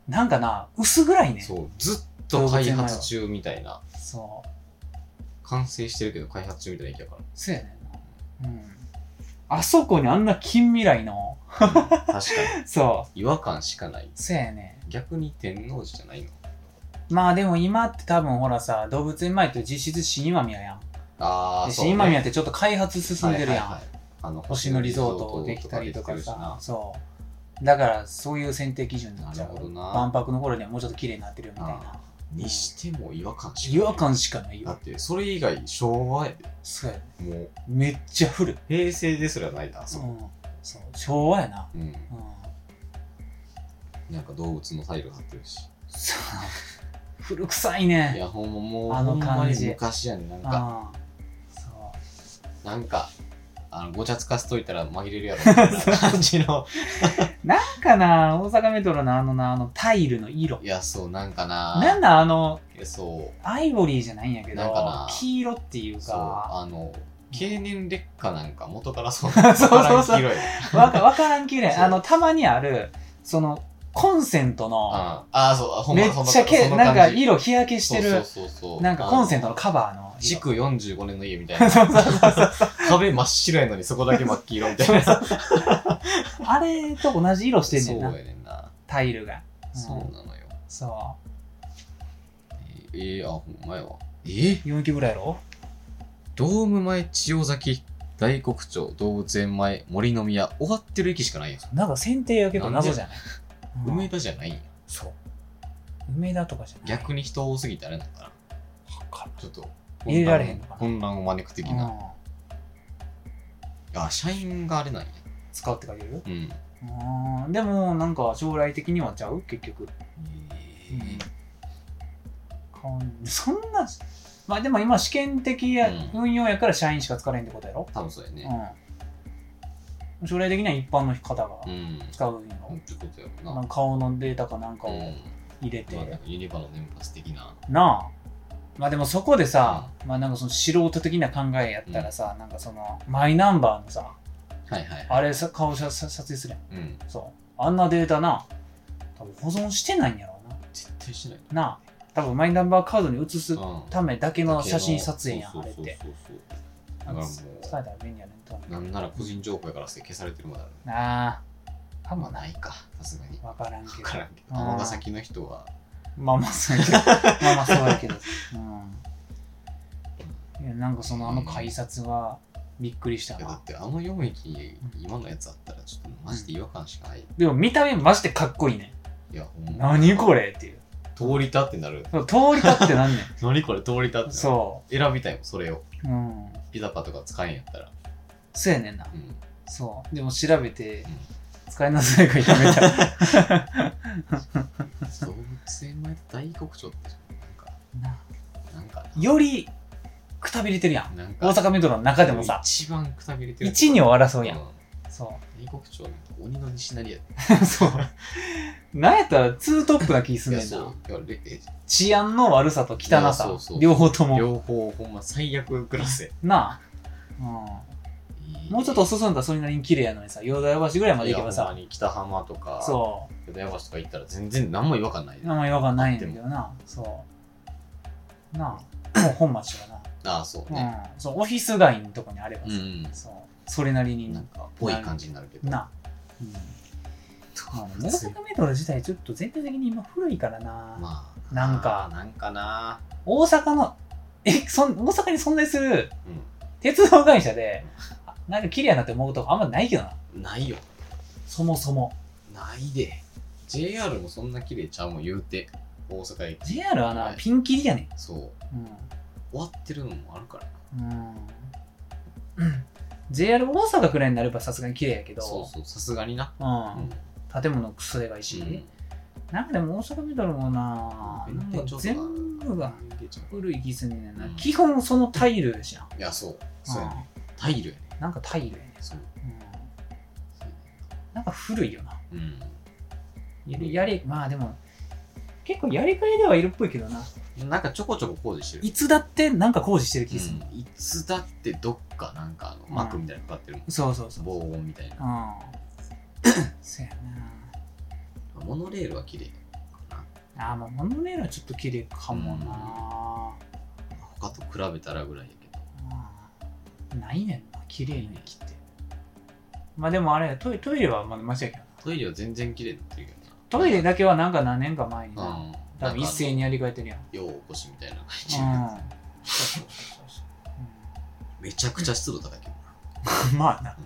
なんかな、薄暗いねん。 そう。ずっと開発中みたいな。 そう。 完成してるけど開発中みたいな駅やから。 そうやねんな。あそこにあんな近未来の。 確かに。 そう。 違和感しかない。 そうやね。 逆に天王寺じゃないの？ まあでも今って多分ほらさ、動物園前って実質新今宮やん。 そうね。 新今宮ってちょっと開発進んでるやん。星野リゾートできたりとかさ。そう。だからそういう選定基準になっちゃう。万博の頃にはもうちょっと綺麗になってるよみたいな。 にしても違和感しかない。 違和感しかないよ。 だってそれ以外昭和やで。 そうやね。もうめっちゃ古い。 平成ですらないな。 そう。昭和やな。 なんか動物のタイル貼ってるし。 そう。古臭いね。 いやほんまもうほんまに昔やね。なんか。そう。なんかごちゃつかせといたら紛れるやろみたいな感じのなんかな、大阪メトロのタイルの色。 いや、そう、なんかな。 なんだそう。 アイボリーじゃないんやけど、 なんかな黄色っていうか。 そう、経年劣化なんか元からそう。 そうそうそう。わからん黄色や。たまにある、コンセントの、 そう、 めっちゃなんか色日焼けしてる、なんかコンセントのカバーの。 築45年の家みたいな。壁真っ白やのにそこだけ真っ黄色みたいな。 あれと同じ色してんねんな。 そうやねんな。 タイルが。 そうなのよ。 そう。 ほんまやわ。 4期ぐらいやろ？ ドーム前、千代崎、大黒町、動物園前、森の宮、終わってる駅しかないやん。 なんか選定やけど謎じゃない？ 梅田じゃないんや。 そう。梅田とかじゃない。 逆に人多すぎてあれなんかな。ちょっと。 入れられへんのかな。 混乱を招く的な。社員があれなんや。 使うって書いてる？でもなんか将来的にはちゃう結局。そんな、まあでも今試験的運用やから社員しか使われへんってことやろ？ 多分そうやね。 将来的には一般の方が使うの。 ってことやろな。 顔のデータかなんかを入れて。 ユニバの年パス的な。 なあ。まあでもそこでさ、まあなんか素人的な考えやったらさ、なんかマイナンバーのさ、あれさ、顔撮影するやん。そう。あんなデータな、多分保存してないんやろうな。 絶対しない。 なあ。多分マイナンバーカードに写すためだけの写真撮影やん、あれって。 だからもう、使えたら便利やねんと。 なんなら個人情報やからして消されてるまである。 ああ。かもないか、さすがに。 わからんけど。 尼崎の人は。 まあそうやけど。まあそうやけど。いや、なんか改札はびっくりしたな。 だって4駅、今のやつあったらちょっとマジで違和感しかない。 でも見た目マジでかっこいいね。 いや、ほんま。 何これっていう。 通りたってなる。 通りたってなんねん。 何これ通りたって。 そう。 選びたいもん、それを。ピザパとか使えんやったら。 そうやねんな。そう。でも調べて、使いなさいかやめた。 動物園前大黒町ってなんかよりくたびれてるやん。大阪メトロの中でもさ。 一番くたびれてる。 一二を争うやん。そう。 大黒町鬼の西成やで。そう。なんやったらツートップな気すんねんな。治安の悪さと汚さ。両方とも。 両方ほんま最悪クラスや。 なあ。もうちょっと進んだらそれなりに綺麗やのにさ、淀屋橋ぐらいまで行けばさ。 北浜とか、 そう。 淀屋橋とか行ったら全然何も違和感ない。 何も違和感ないんだけどな。そう。なあ。もう本町はな。そうね。 そう、オフィス街のとこにあればさ。そう。それなりになんか、ぽい感じになるけど。 な。大阪メトロ自体ちょっと全体的に今古いからな。 まあ。 なんかな。 大阪に存在する鉄道会社で、 なんか綺麗やなって思うとこあんまないけどな。 ないよ。 そもそも。 ないで。JR もそんな綺麗ちゃうもん言うて。大阪駅。 JR はな、ピンキリやねん。 そう。終わってるのもあるから。 JR 大阪くらいになればさすがに綺麗やけど。 そうそう、さすがにな。 建物クソでかいし。なんかでも大阪メトロもな、全部が古い気すんねんな。基本そのタイルやしな。 いや、そう。そうやね。タイルやね。 なんかタイルやね。そう。なんか古いよな。まあでも、結構やり替えではいるっぽいけどな。 なんかちょこちょこ工事してる。 いつだってなんか工事してる気する。 いつだってどっかなんか幕みたいなのかかってるもん。 そうそうそう。 防音みたいな。 そうやな。 モノレールは綺麗かな。モノレールはちょっと綺麗かもな。 他と比べたらぐらいやけど。ないねんな、綺麗な駅って。まあでもあれ、トイレはまだマシやけど。 トイレは全然綺麗になってるけどな。 トイレだけはなんか何年か前にな。多分一斉にやり替えてるやん。 よう起こしみたいなのが入ってる。めちゃくちゃ湿度高いけどな。まあな。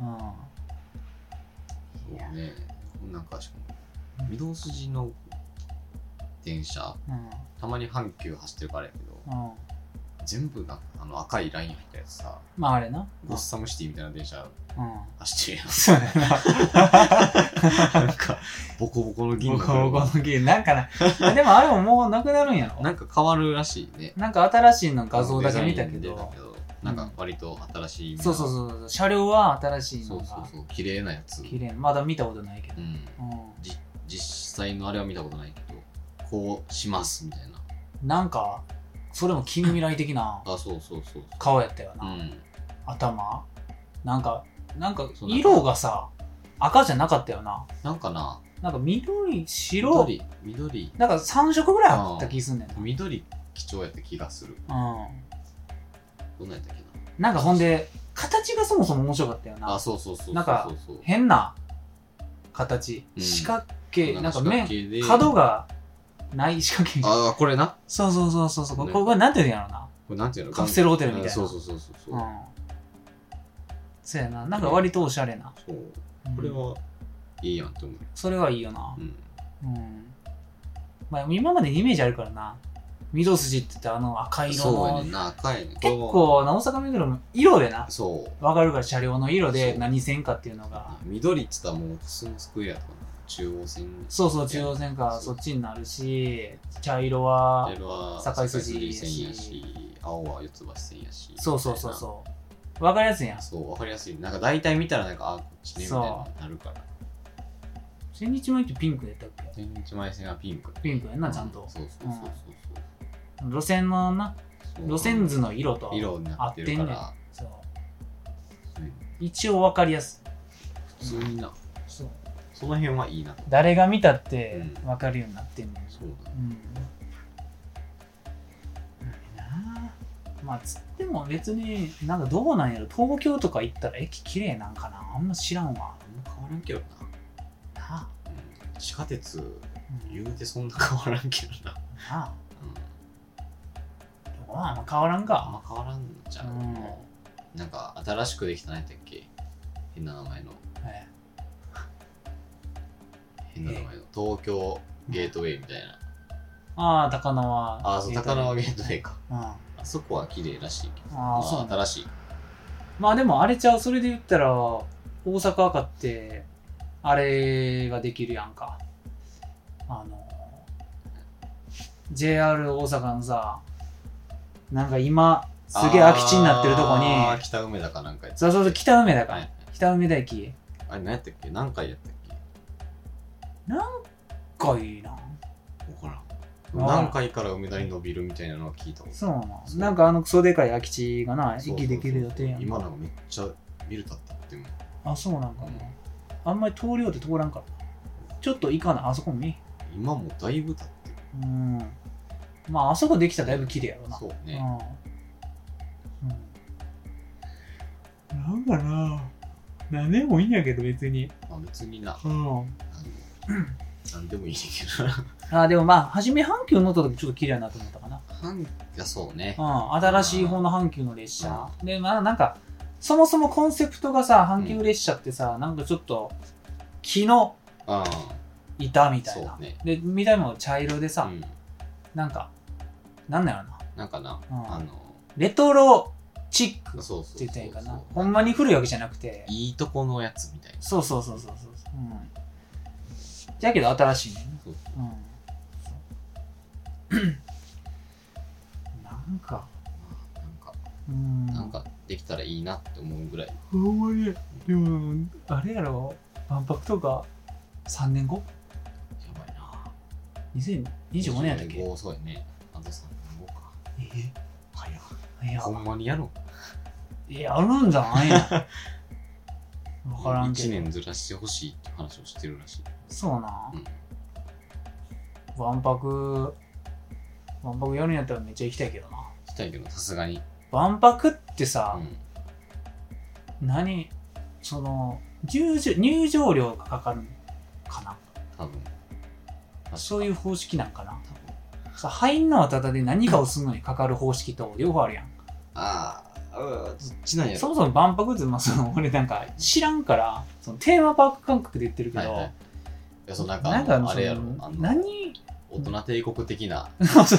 そうね。なんかしかも御堂筋の電車、たまに阪急走ってるからやけど、全部なんか赤いライン入ったやつさ、 まああれな、 ゴッサムシティみたいな電車走ってるやん。 そうだよな。なんかボコボコの銀のなんかな。でもあれももうなくなるんやろ。 なんか変わるらしいね。 なんか新しいの画像だけ見たけど、 なんか割と新しい。 そうそうそう、車両は新しいのが。 そうそうそう、綺麗なやつ。 綺麗、まだ見たことないけど。 実際のあれは見たことないけど、こうしますみたいな。 なんかそれも近未来的な顔やったよな。頭なんか色がさ赤じゃなかったよな。なんか緑白緑なんか3色ぐらいあった気すんねんな。 緑貴重やった気がする。どんなんやったっけな。なんかほんで形がそもそも面白かったよな。 そうなんか変な形、四角形、なんか角がない仕掛け。 これな。 そう。これなんていうんやろな。 これなんていうの？ カプセルホテルみたいな。 そう。 そうやな。なんか割とおしゃれな。 そう。これはいいやんって思う。 それはいいよな。まあ今までイメージあるからな。御堂筋って言ったら赤色の。 そうやねんな、赤いね。 結構大阪目黒の色でな。そう。わかるから車両の色で何線かっていうのが。 緑って言ったらもう普通のスクエアとか中央線。 そう、中央線かそっちになるし、茶色は堺筋線やし、青は四つ橋線やし。 そう。わかりやすいやん。 そう、わかりやすい。なんか大体見たらなんかこっちねみたいななるから。 千日前ってピンクやったっけ？ 千日前線はピンク。 ピンクやんな、ちゃんと。 そう。 路線のな、路線図の色と合ってんねん。そう。一応わかりやすい。普通にな。そう。その辺はいいな。 誰が見たってわかるようになってんねん。そうだ。まあつっても別になんかどうなんやろ。東京とか行ったら駅綺麗なんかな。あんま知らんわ。 あんま変わらんけどな。地下鉄言うてそんな変わらんけどな。 あんま変わらんか。 あんま変わらんじゃん。なんか新しくできた何やったっけ？変な名前の。変な名前の。東京ゲートウェイみたいな。 高輪。 そう、高輪ゲートウェイか。あそこは綺麗らしいけど。そう新しい。 まあでもあれちゃう、それで言ったら、大阪赤って、あれができるやんか。JR 大阪のさ、なんか今、すげえ空き地になってるとこに。 北梅田かなんかやった。 そう、北梅田か。北梅田駅。 あれ何やったっけ？何回やったっけ？ 何回なん？ わからん。何回から梅田に伸びるみたいなのは聞いたこと。 そうなんかクソでかい空き地がな、駅できる予定やん。 今なんかめっちゃビル建ってるもん。 そうなんかな。あんまり通りようで通らんから。ちょっと行かな、あそこ見。 今もだいぶ建ってる。 まああそこできたらだいぶ綺麗やろな。 そうね。 なんかな、何でもいいんやけど別に。 別にな。なんでもいいけど。でもまあ初め阪急乗った時ちょっと綺麗なと思ったかな。 そうね。 新しい方の阪急の列車。でなんかそもそもコンセプトがさ、阪急列車ってさ、なんかちょっと木の板みたいな、ね、で見た目も茶色でさ、なんかなんだろうな、 なんかな、 レトロチックって言ったらいいかな。ほんまに古いわけじゃなくて、 いいとこのやつみたいな。 そう。じゃけど新しいね。 なんかできたらいいなって思うぐらい。 ほんまに。でもあれやろ、万博とか3年後？ やばいな。 2025年やったっけ？ そうやね。あと3年後か。 早い。 ほんまにやるん？ やるんじゃないの？分からんけど。 1年ずらしてほしいって話をしてるらしい。 そうな。万博やるんやったらめっちゃ行きたいけどな。 行きたいけど、さすがに。万博ってさ、何その入場料がかかるのかな、 多分。 そういう方式なんかな。さ、入んのはただで何かをするのにかかる方式と両方あるやん。 どっちなんやろ。 そもそも万博って、俺なんか知らんから、そのテーマパーク感覚で言ってるけど、 なんかあれやろ、 何大人帝国的な。 そう。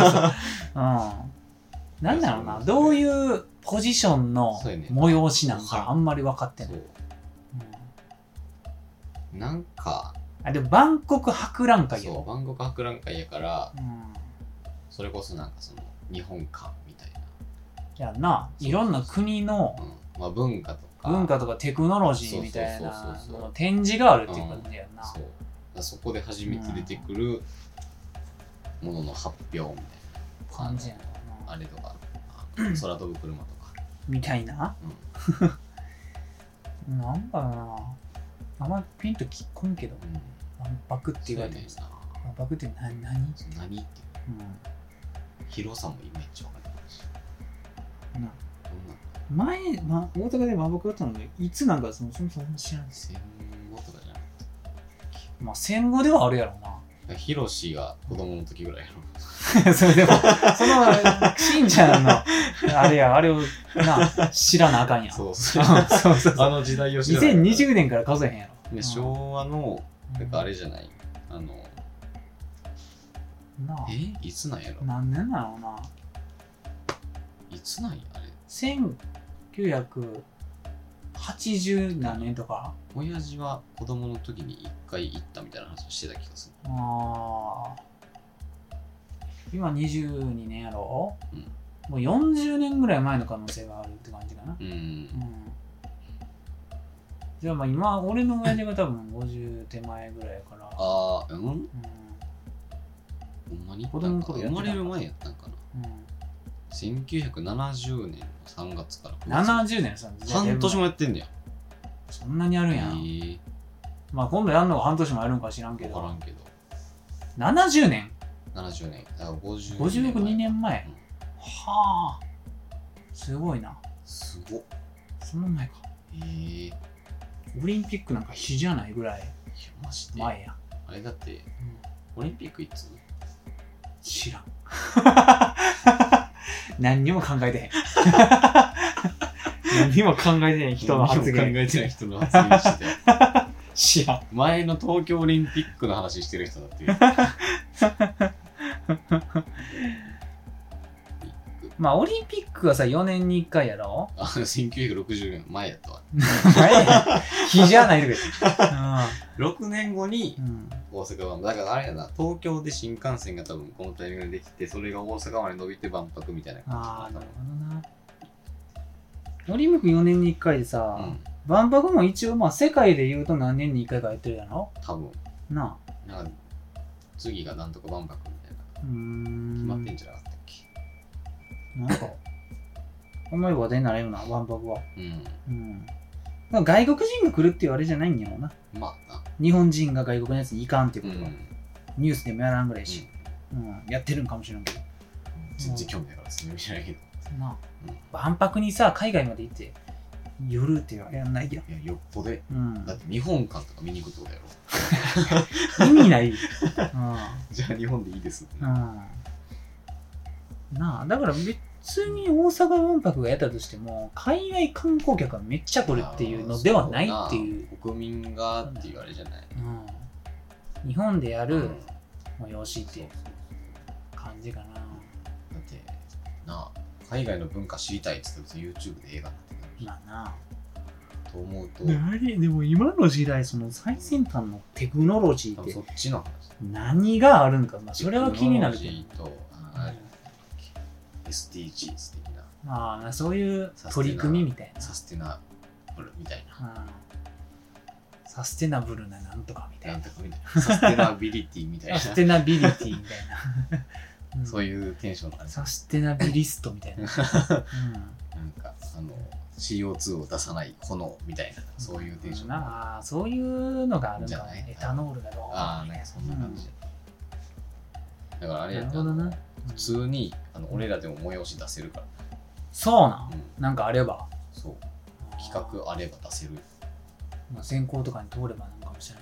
なんだろうな、どういうポジションの催しなんかあんまり分かってない。 なんかでも万国博覧会よ。 そう、万国博覧会やから、それこそなんかその日本館みたいな。 やな、いろんな国の文化とかテクノロジーみたいな展示があるっていう感じやな。 そこで初めて出てくるものの発表みたいな感じやな。 あれとか空飛ぶ車とかみたいな。なんかな、あんまピンときこんけど、万博って言われてるさ、万博って何って広さもイメージわかるしな。 前、大阪で万博だったので、いつなんかそもそも知らない。 戦後とかじゃなくて、戦後ではあるやろうな。 ヒロシが子供の時ぐらいやろ。 それでも、その、しんちゃんの、あれを知らなあかんやん。そう。 あの時代を知らなあかん。 2020年から数えへんやろ。 昭和の、なんかあれじゃない。いつなんやろ。 何年なのな。 いつなんやあれ。 1980何年とか。 親父は子供の時に一回行ったみたいな話をしてた気がする。今22年やろ、もう40年ぐらい前の可能性があるって感じかな。じゃあ今俺の親父が多分50手前ぐらいから。 ほんまに子供の頃生まれる前やったんかな。1970年の3月から 70年さ、 半年もやってんねや。 そんなにあるんや。今度やるのが半年もやるんか知らんけど。 分からんけど。 70年 70年。だから 52年前。はあ。すごいな。 すごっ。 その前か。オリンピックなんか比じゃないぐらい前や。 あれだって、オリンピックいつ？ 知らん。何にも考えてへん。何にも考えてへん人の発言。 何にも考えてない人の発言してた。 知らん。 前の東京オリンピックの話してる人だっていう。 オリンピックはさ、4年に1回やろ ？1960年前やったわ。 前や。日じゃないけど。 6年後に大阪万博。だからあれやな、東京で新幹線が多分このタイミングでできて、それが大阪まで伸びて万博みたいな感じだった。 なるほどな。オリンピック4年に1回でさ、万博も一応世界で言うと何年に1回かやってるやろ？ 多分。なんか次がなんとか万博みたいな。決まってんじゃなかったっけ？ なんか、あんまり話題になれるな、万博は。外国人が来るっていうあれじゃないんやろうな。日本人が外国のやつに行かんっていうことは。ニュースでもやらんぐらいし。やってるんかもしれんけど。 全然興味ないからそれ見ないけど。 万博にさ、海外まで行って、夜ってやんないやん。 いや、よっぽで。だって日本館とか見に行くってことやろ。 意味ない。 じゃあ日本でいいです。 だから別通に大阪万博がやったとしても海外観光客がめっちゃ来るっていうのではないっていう、 国民がっていうあれじゃない、 日本でやる催しっていう感じかな。だってな、海外の文化知りたいって言ったら YouTube で映画になってくる。 まあなと思うと、 でも今の時代その最先端のテクノロジーってそっちの話何があるんか、まあ、それは気になるけど。テクノロジーと SDGs 的な、 まあそういう取り組みみたいな、 サステナブルみたいな、 サステナブルななんとかみたいな、 サステナビリティみたいな、 サステナビリティみたいな、そういうテンションのあれ、 サステナビリストみたいな、なんかCO2 を出さない炎みたいな、そういうテンションな、そういうのがあるんかね。エタノールだろう、 なんかそんな感じだからあれやった、普通に俺らでも催し出せるから。 そうなん、なんかあれば、 そう企画あれば出せる。 まあ選考とかに通ればなんかもしれ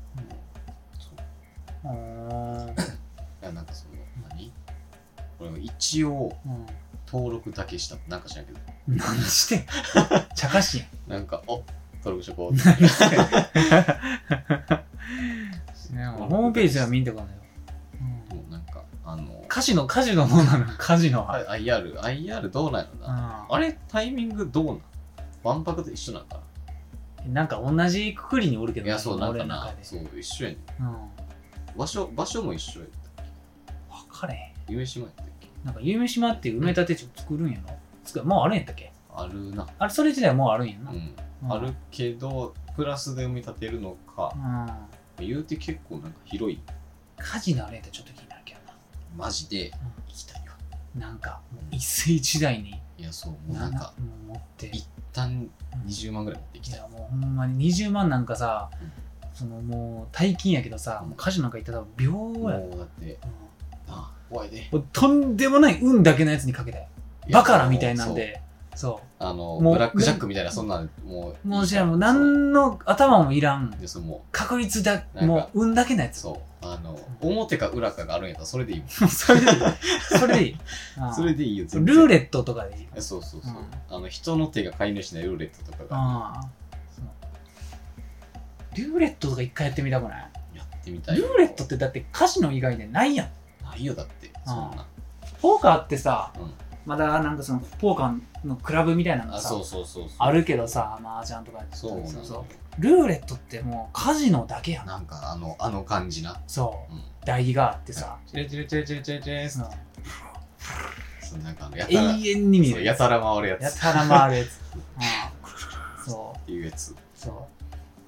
ない。 そういや、なんかそのこれ一応登録だけした、なんかしないけど、 何して茶化しやん。なんか登録しとこう。 ホームページは見んとかね。 なんかカジノどうなの？カジノは IR どうなのな。あれタイミングどうなん？万博と一緒なんかな。 なんか同じくくりにおるけど、 いや、そうなんかな、そう一緒やねん。場所も一緒やったっけ。分かれへん。 夢島やったっけ。 なんか夢島っていう埋め立て地を作るんやろ。もうあるんやったっけ。 あるな。 あれそれ自体もうあるんやな。 あるけどプラスで埋め立てるのか。言うて結構なんか広い。 カジノあれやったらちょっと気になるけどな。 マジで行きたいよ。 なんか一世一代に。 いや、そう、もうなんか持って一旦20万ぐらい持ってきた。 いや、もうほんまに20万なんかさ、そのもう大金やけどさ、カジノなんか行ったら秒や。 もうだって、怖いで。 とんでもない運だけのやつにかけたよ。バカラみたいなんで。そう。 ブラックジャックみたいな、そんなんもう。 もうじゃあもう何の頭もいらん。 もう確率だ、もう運だけのやつ。 そう。表か裏かがあるんやったらそれでいい。 それでいい。それでいい。 それでいいよ。 ルーレットとかでいい。 そうそうそう。人の手が介入しないルーレットとかが。 ルーレットとか一回やってみたくない？ やってみたい。 ルーレットってだってカジノ以外でないやん。 ないよ、だって。そんな。 ポーカーってさ、まだなんかそのポーカーのクラブみたいなのがさ、あるけどさ、麻雀とかそうそう。 ルーレットってもうカジノだけやん。 なんかあの感じな。 そう。台があってさ。 チレチレチレチレチレチレそうなんか永遠に見る。 やたら回るやつ。 やたら回るやつ。そう。 っていうやつ。 そう。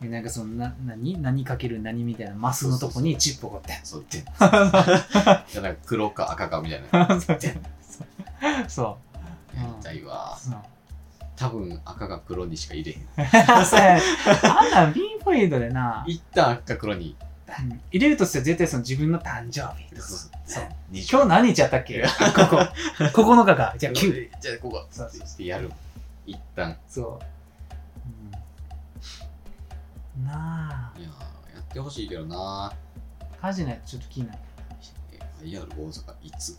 なんかその何かける何みたいなマスのとこにチップをこうやって。 そうで。なんか黒か赤かみたいな。 そう。 やりたいわ。多分赤か黒にしか入れへん。 あんなんピンポイントでな。 一旦赤か黒に。 入れるとしたら絶対その自分の誕生日。そう。今日何日やったっけ？9日か。じゃあ9。 じゃあここ。ってやる。一旦。 そう。なあ。 いややってほしいけどな。 カジノやちょっと気になる。 IR 大阪いつ？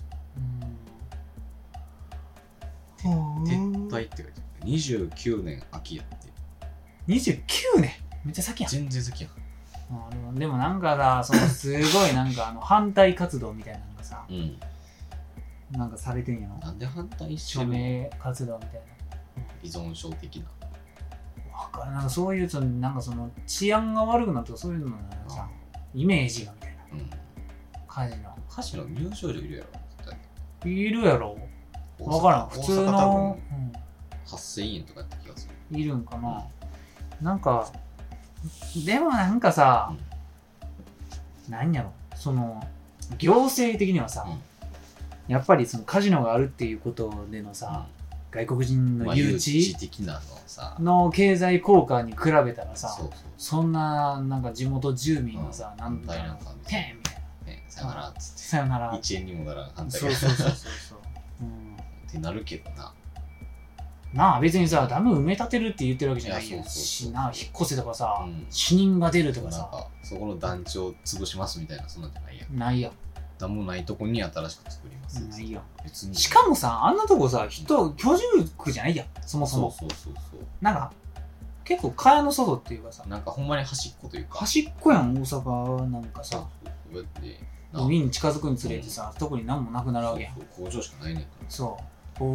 撤退って書いてある。29年秋やって。 29年？めっちゃ先やん。 全然先やん。でもなんかさ、そのすごいなんか反対活動みたいなのがさ、なんかされてんやろ。 なんで反対してるの？署名活動みたいな。 依存症的な。 わかる。なんかそういうなんかその治安が悪くなるとかそういうのなんかさ、イメージがみたいな。カジノ入場料いるやろ。いるやろ。わからん。普通の 8000円とかやった気がする。いるんかな。なんかでもなんかさ、何やろ、その行政的にはさ、やっぱりそのカジノがあるっていうことでのさ、外国人の誘致の経済効果に比べたらさ、そんななんか地元住民のさ、なんかペンみたいな、 さよならっつって、 さよなら 1円にもならん反対そうってなるけどなあ、別にさ、ダム埋め立てるって言ってるわけじゃないしな、引っ越せとかさ、死人が出るとかさ、 そこの団地を潰しますみたいな、そんなんじゃないやん。 ないやん。 何もないとこに新しく作ります。 ないよ。 別に。 しかもさ、あんなとこさ、居住区じゃないやん、そもそも。 そう。 なんか、結構蚊帳の外っていうかさ、 なんかほんまに端っこというか。 端っこやん、大阪なんかさ。 そうやって海に近づくにつれてさ、特に何もなくなるわけやん。 工場しかないねんから。 そう。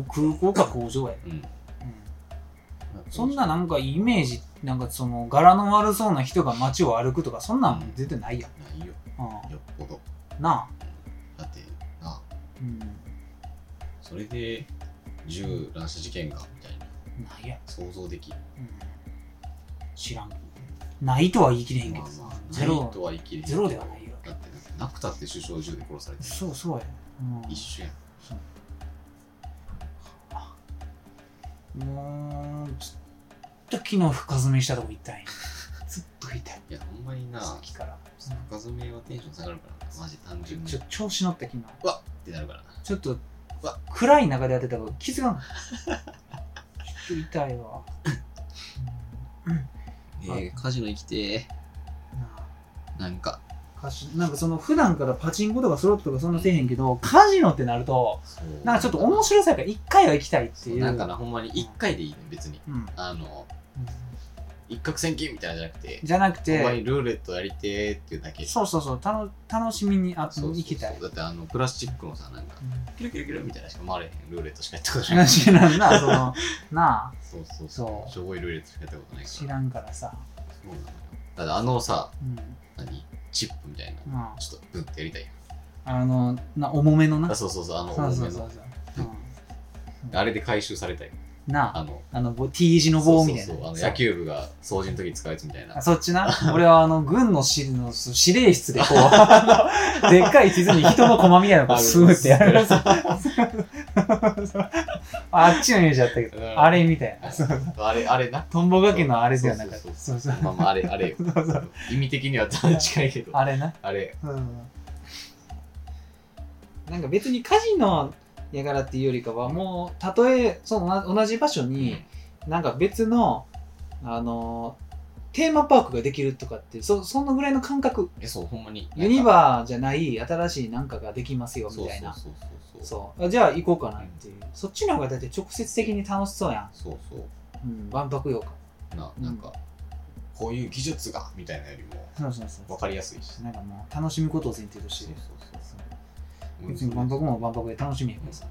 空港か工場や。そんななんかイメージ、なんかその柄の悪そうな人が街を歩くとか、そんなん絶対ないやん。 ないよ。よっぽど。 なあ。だってな。それで銃乱射事件がみたいな。 ないや。 想像できる。 知らん。ないとは言い切れへんけどさ。 ゼロとは言い切れへん。 ゼロではないよ。 だってなくたって首相銃で殺されてる。 そうや。 一緒やん。 もうずっと昨日深爪したとこ行ったんや。ずっと行ったよ。 いやほんまにな、 さっきから深爪はテンション下がるからな、マジ単純に調子乗った昨日うわっってなるからな。 ちょっと暗い中でやってたから気づかんちょっと痛いわ。 カジノ行きてー。なんかその普段からパチンコとかスロットとかそんなせえへんけど、カジノってなるとなんかちょっと面白さやから1回は行きたいっていう。 なんかな、ほんまに1回でいいね別に。一攫千金みたいなじゃなくて、ほんまにルーレットやりてーっていうだけ。 そう楽しみに行きたい。 だってプラスチックのさ、なんかキルキルキルみたいなしか回れへんルーレットしかやったことない。 知らんな、そのなあ。 そうしょぼいルーレットしかやったことないから知らんからさ。 そうなのよ。だってさ、何チップみたいな、ちょっとブンってやりたいよ。 重めのな。 そう重めの。あれで回収されたい。 なあ、T 字の棒みたいな。 野球部が掃除の時に使うやつみたいな。 そっちな。俺は軍の司令室でこう、でっかい地図に人の駒みたいなのをスーってやる。あっちのイメージだったけど、あれみたいな。 あれな。 トンボがけのあれではなかった。 まああれよ。意味的には近いけど。 あれな。 あれ。 なんか別にカジノやからっていうよりかは、もうたとえその同じ場所になんか別のテーマパークができるとかってそのぐらいの感覚。 そうほんまにユニバーじゃない新しいなんかができますよみたいな。そうじゃあ行こうかなっていう、そっちの方がだって直接的に楽しそうやん。万博用かなんかこういう技術がみたいなよりも分かりやすいし、 なんかもう楽しむことを前提としてる。別に万博も万博で楽しみやからさ。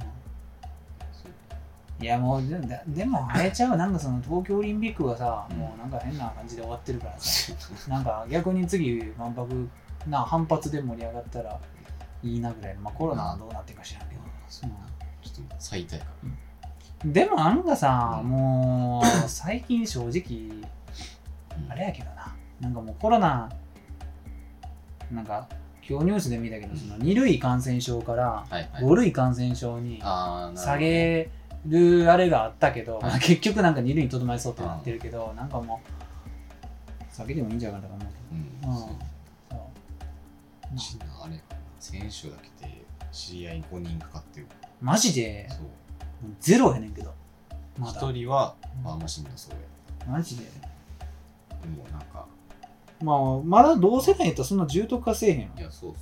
いやもうでもあれちゃう、なんかその東京オリンピックがさ、もうなんか変な感じで終わってるからさ、なんか逆に次万博反発で盛り上がったらいいなぐらいの。まあコロナはどうなってるか知らんけど、 ちょっと最大か。 でもなんかさ、もう最近正直あれやけどな、なんかもうコロナなんか今日ニュースで見たけど、その2類感染症から5類感染症に下げるあれがあったけど、結局なんか2類にとどまりそうってなってるけど、なんかもう下げてもいいんじゃないかと思うけど。 あれ選手だけで知り合い5人かかってる。 マジでゼロやねんけど、 1人はファーマシンのそうや。 マジでもうなんかまだ同世代やったらそんな重篤化せえへん。 いやそう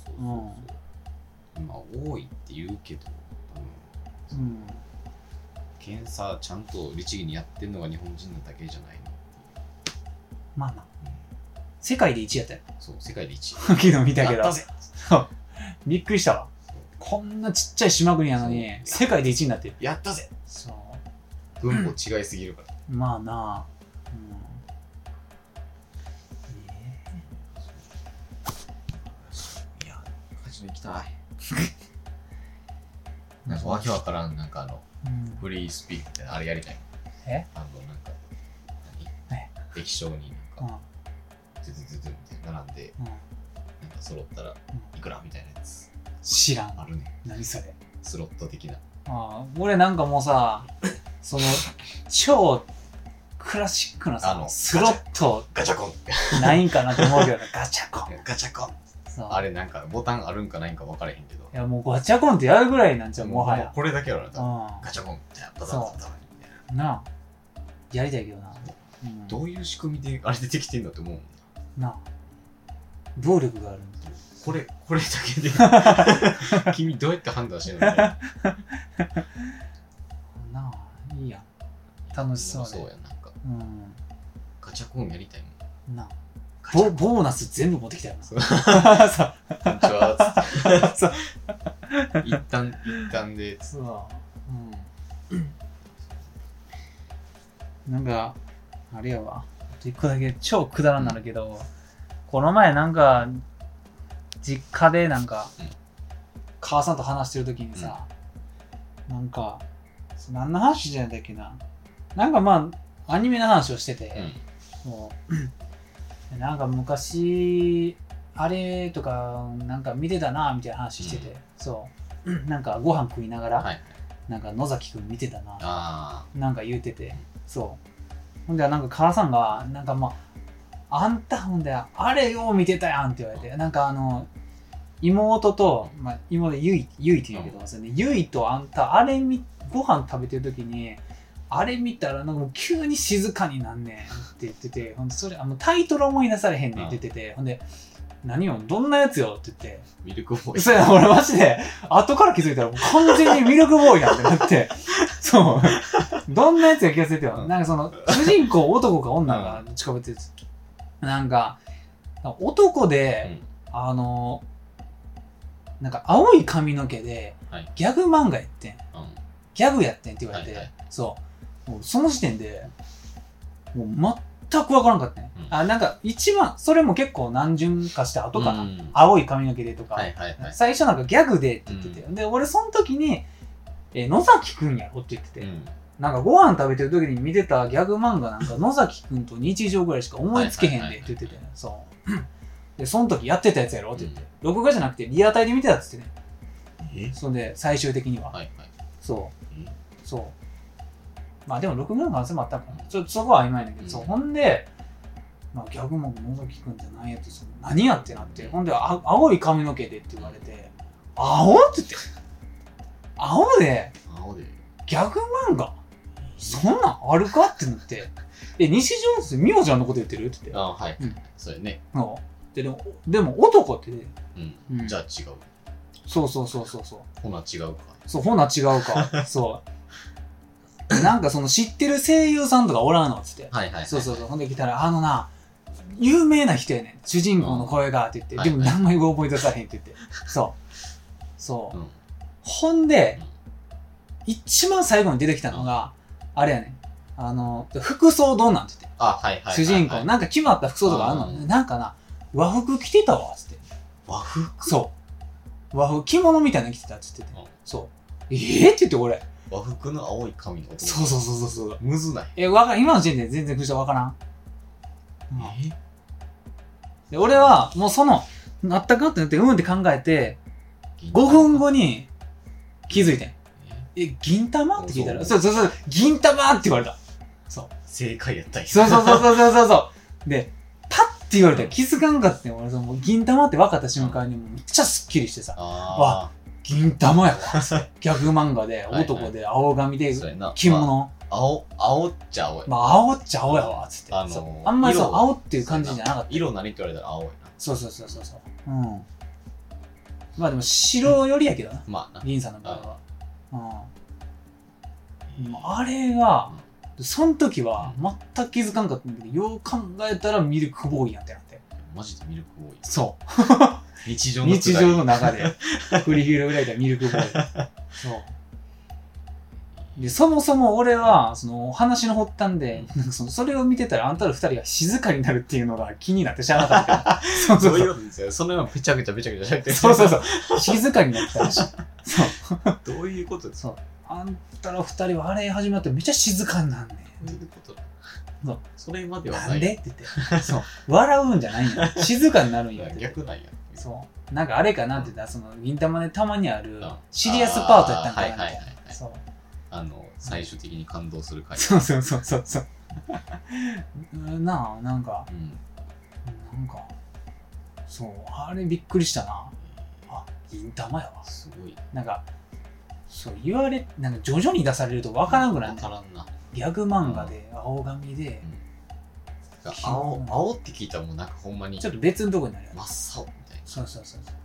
多いって言うけど、検査ちゃんと律儀にやってんのが日本人なだけじゃないの。 まあな、世界で1位やったよ。 そう世界で1位。 昨日見たけどびっくりしたわ。こんなちっちゃい島国なのに世界で1位になってる。 やったぜ。 そう分母違いすぎるから。 まあな。 いやカジノ行きたい。なんかわけわからん、なんかフリースピークってあれやりたい。なんか液晶になんかズズズズって並んで、なんか揃ったらいくらみたいなやつ。 知らん。 あるね。 何それ。 スロット的な。 俺なんかもうさ、その超クラシックなさスロットガチャコンないんかなと思うけど、ガチャコンガチャコン。あれなんかボタンあるんかないんか分からへんけど、 いやもうガチャコンってやるぐらいなんちゃう、もはやこれだけやろな、ガチャコンってやっただなあ、やりたいけどな。 どういう仕組みであれ出てきてんだって思うなあ、暴力があるんだ。 これだけで君どうやって判断してるのなあいいやん楽しそうでそうやなんか、ガチャコンやりたいもんなボーナス全部持ってきたよなそうこんにちはつって一旦でなんかあれやわ一個だけ超くだらんなるけど、この前なんか実家でなんか、母さんと話してる時にさ、なんか何の話じゃないんだっけな、なんかまあアニメの話をしてて、もうなんか昔あれとかなんか見てたなみたいな話してて、そうなんかご飯食いながら、なんか野崎くん見てたななんか言うてて、そうほんでなんか母さんがなんかまああんたほんであれよう見てたやんって言われて、なんか妹と、まあ、妹ゆいって言うけど、ゆいとあんたあれご飯食べてる時にあれ見たらなんかもう急に静かになんねんって言ってて、ほんでそれタイトル思い出されへんねんって言ってて、ほんで何よどんなやつよって言って、 ミルクボーイ。 そうや俺マジで後から気づいたら完全にミルクボーイやんってなってそうどんなやつや気がするよ、なんかその主人公男か女が近くってなんか男で、なんか青い髪の毛でギャグ漫画やってん、ギャグやってんって言われて、そうもうその時点でもう全く分からんかったね、なんか一番それも結構何巡かして後かな、青い髪の毛でとか、最初なんかギャグでって言ってて、で俺その時に野崎くんやろって言ってて、なんかご飯食べてる時に見てたギャグ漫画なんか野崎くんと日常ぐらいしか思いつけへんでって言ってて、そうでその時やってたやつやろって言って、録画じゃなくてリアタイで見てたっつってね、そんで最終的には、そうまあでも録画の可能性もあったかな、そこは曖昧なんだけど、そうほんで、まあ、ギャグ漫画野崎くんじゃないやつ何やってなって、ほんで青い髪の毛でって言われて、青って言って青でギャグ漫画そんなんあるかってなって、西条って美穂ちゃんのこと言ってるって言って、 そうやね。 でも男ってね、 じゃあ違う。 そうほな違うか。 そうほな違うかそうなんかその知ってる声優さんとかおらんのっつって、そうほんで来たらな有名な人やねん主人公の声がって言って、でも名前が覚え出さへんって言って、そうほんで一番最後に出てきたのがあれやねん、服装どうなんって言って、主人公なんか決まった服装とかあんの、なんかな和服着てたわっつって、 和服和服着物みたいなの着てたっつってて、って言って俺和服の青い髪の男。 そうむずない。 今の時点で全然わからん。で俺はもうなったかってなってって考えて5分後に気づいてん。銀玉って聞いたら、そう銀玉って言われた。 正解やったんや。 そうでパッて言われたら気づかんかったん。俺もう銀玉って分かった瞬間にめっちゃスッキリしてさ、わ銀玉やわギャグ漫画で男で青髪で着物、青っちゃ青や、青っちゃ青やわっつって、あんまり青っていう感じじゃなかった。 色何って言われたら青やな。そうまあでも白よりやけどな、 まあな銀さんの場合は、あれがその時は全く気づかんかったんだけど、よう考えたらミルクボーイやってなって、 マジでミルクボーイ。 日常の中で繰り広げられたミルクボーイ。でそもそも俺はその話の発端でそれを見てたらあんたら二人が静かになるっていうのが気になって知らなかったから。 そういうことですよ。そのままペチャペチャ喋ってる。 静かになったらしい。 どういうことですか。 あんたら二人はあれ始まってめっちゃ静かになんねん。 どういうことだ。それまではない。 なんでって言って。笑うんじゃないんや。静かになるんや。 逆なんや。 なんかあれかなって言ったら、銀玉でたまにあるシリアスパートやったんかなみたいな。 最終的に感動する回。 なんか、あれびっくりしたな。銀玉やわ。 すごい。 なんかなんか徐々に出されると分からんくなって。ギャグ漫画で青髪で。 青って聞いたらもうなんかほんまに。 ちょっと別のとこになるよ。 真っ青みたいそうそうそうそう。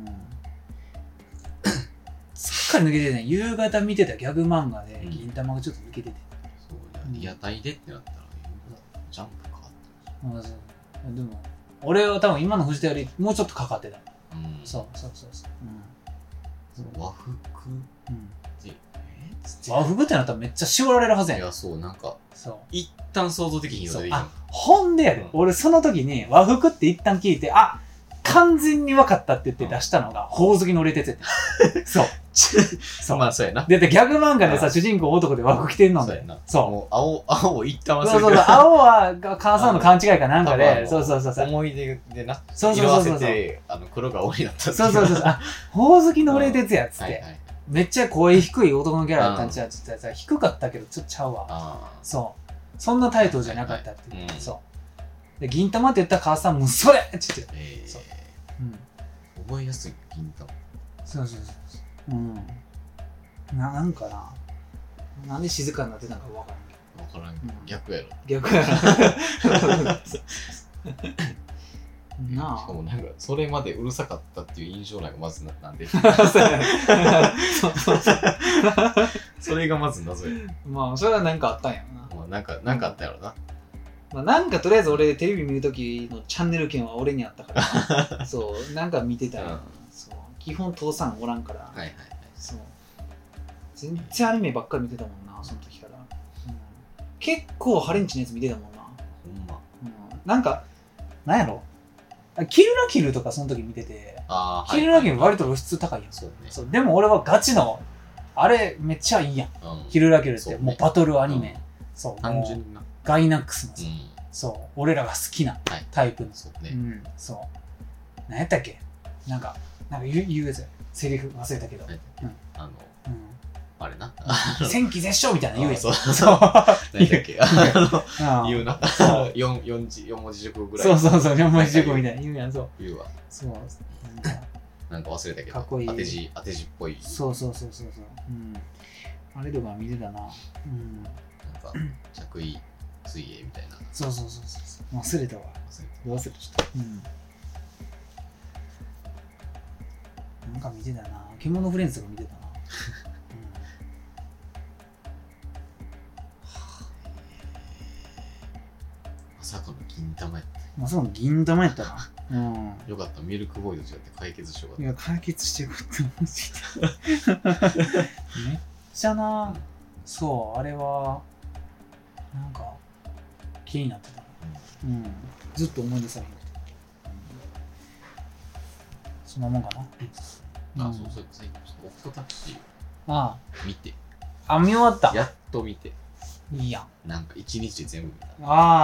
すっかり抜けててね、夕方見てたギャグ漫画で銀玉がちょっと抜けてて。 そう、リアタイでってなったら、ジャンプかかった。 でも、俺は多分今の藤田よりもうちょっとかかってた。そうそうそうそう。 和服って、 和服ってなったらめっちゃ絞られるはずやん。 いや、そう、なんか、 そう。 一旦想像できひんのでいいの。 ほんでやで、俺その時に和服って一旦聞いて、完全に分かったって言って出したのが、ほおずきの冷徹やって。そう。 そう。まあ、そうやな。 だってギャグ漫画でさ、主人公男で和服着てんので。そう。 もう、青一旦忘れてそうそうそう。青は、母さんの勘違いかなんかで、そうそうそう。 思い出でな。 そうそうそうそう。 色あせて、黒が青になった。 そうそうそう。ほおずきの冷徹やっつって。めっちゃ声低い男のキャラだったんちゃうって言ったらさ、低かったけどちょっとちゃうわ。そう。そんなタイトルじゃなかったって。そう。で、銀玉って言ったら母さんもそれって言って。そう。 覚えやすい銀玉。 そうそうそう。なんかな。なんで静かになってたんか分からんけど。分からんけど。逆やろ。 逆やろ。 なあ。しかもなんか、それまでうるさかったっていう印象なんかまずなんで。それがまず謎や。 まあ、それはなんかあったんやろな。 まあ、なんかあったやろな。 まあ、なんかとりあえず俺テレビ見るときのチャンネル権は俺にあったからそうなんか見てたよ、そう基本父さんおらんから、そう全然アニメばっかり見てたもんなその時から、結構ハレンチのやつ見てたもんなほんま、 なんかなんやろキルラキルとかその時見ててキルラキル割と露出高いよ、そうでも俺はガチのあれめっちゃいいやん、キルラキルってもうバトルアニメ、そう単純なガイナックスのさ、そう俺らが好きなタイプの、そう何やったっけなんか言うやつセリフ忘れたけど、 あれな戦機絶唱みたいな言うやつ、 そう何やったっけ言うな4文字熟語ぐらい、 そう4文字熟語みたいな言うやん、そう言うわ、 そうなんか忘れたけど、かっこいい当て字っぽい、 そうあれとか見てたな、なんか着衣水泳みたいな、 そう忘れたわ、忘れちゃった、なんか見てたな、獣フレンズとか見てたな、 まさかの銀玉やった、 まさかの銀玉やったな、 よかった、ミルクボーイと違って解決しようかった、 いや解決してよかったマジでめっちゃな、そうあれはなんか気になってた、ずっと思い出されへんくて、そんなもんかな、 そう最近オクトタクシー見て、 見終わった、 やっと見て、 いいやん、 なんか一日で全部見た、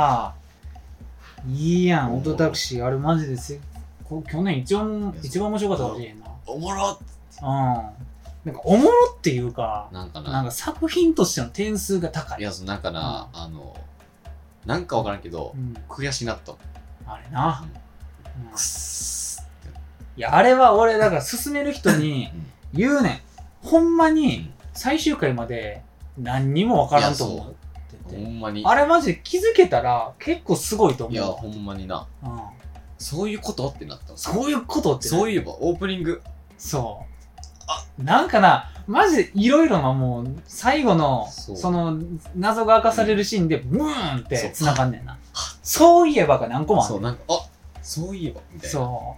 いいやん、オクトタクシー、あれマジで去年一番面白かったかもしれんな、 おもろっ、 なんかおもろっていうか、 なんか作品としての点数が高い。 いや、なんかな、なんかわからんけど、悔しなった。 あれな。くっすいや、あれは俺、だから勧める人に言うねん。ほんまに最終回まで何にもわからんと思ってて。 ほんまに。 あれマジで気づけたら結構すごいと思う。 いや、ほんまにな。そういうことってなった。 そういうことって。 そういえば、オープニング。 そう。なんかな、マジでいろいろなもう、最後の、その、謎が明かされるシーンで、ブーンって繋がんねんな。そういえばが何個もある。 そう、なんか、そういえば、みたいな。 そう。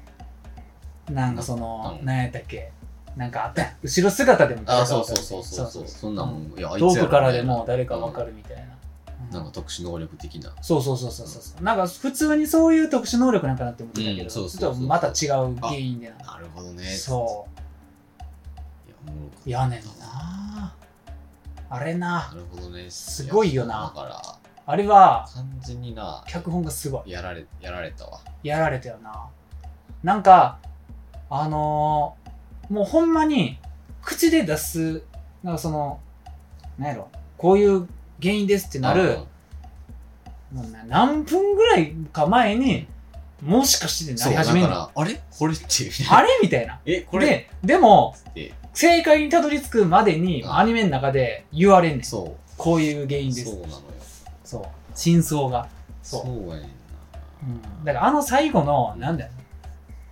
なんかその、何やったっけ。なんかあったやん。後ろ姿でも誰か分かる。 そう。そんなもん、いや、あいつ遠くからでも誰か分かるみたいな。 なんか特殊能力的な。 そう。なんか普通にそういう特殊能力なんかなって思ってたけど、ちょっとまた違う原因でな。 なるほどね。 そう。いやねんなあれな。 なるほどね。 すごいよな。 だから、 あれは、 完全にな、 脚本がすごい。 やられたわ。 やられたよな。なんか、もうほんまに、口で出す、なんかその、なんやろ、こういう原因ですってなる、もう何分ぐらいか前に、もしかしてなり始めんの。 あれこれっていう。 あれみたいな。 これでも、正解にたどり着くまでに、アニメの中で言われんねん。 そう。 こういう原因です。 そうなのよ。 そう。真相が。 そうやねんな。 だから最後の、なんだよね。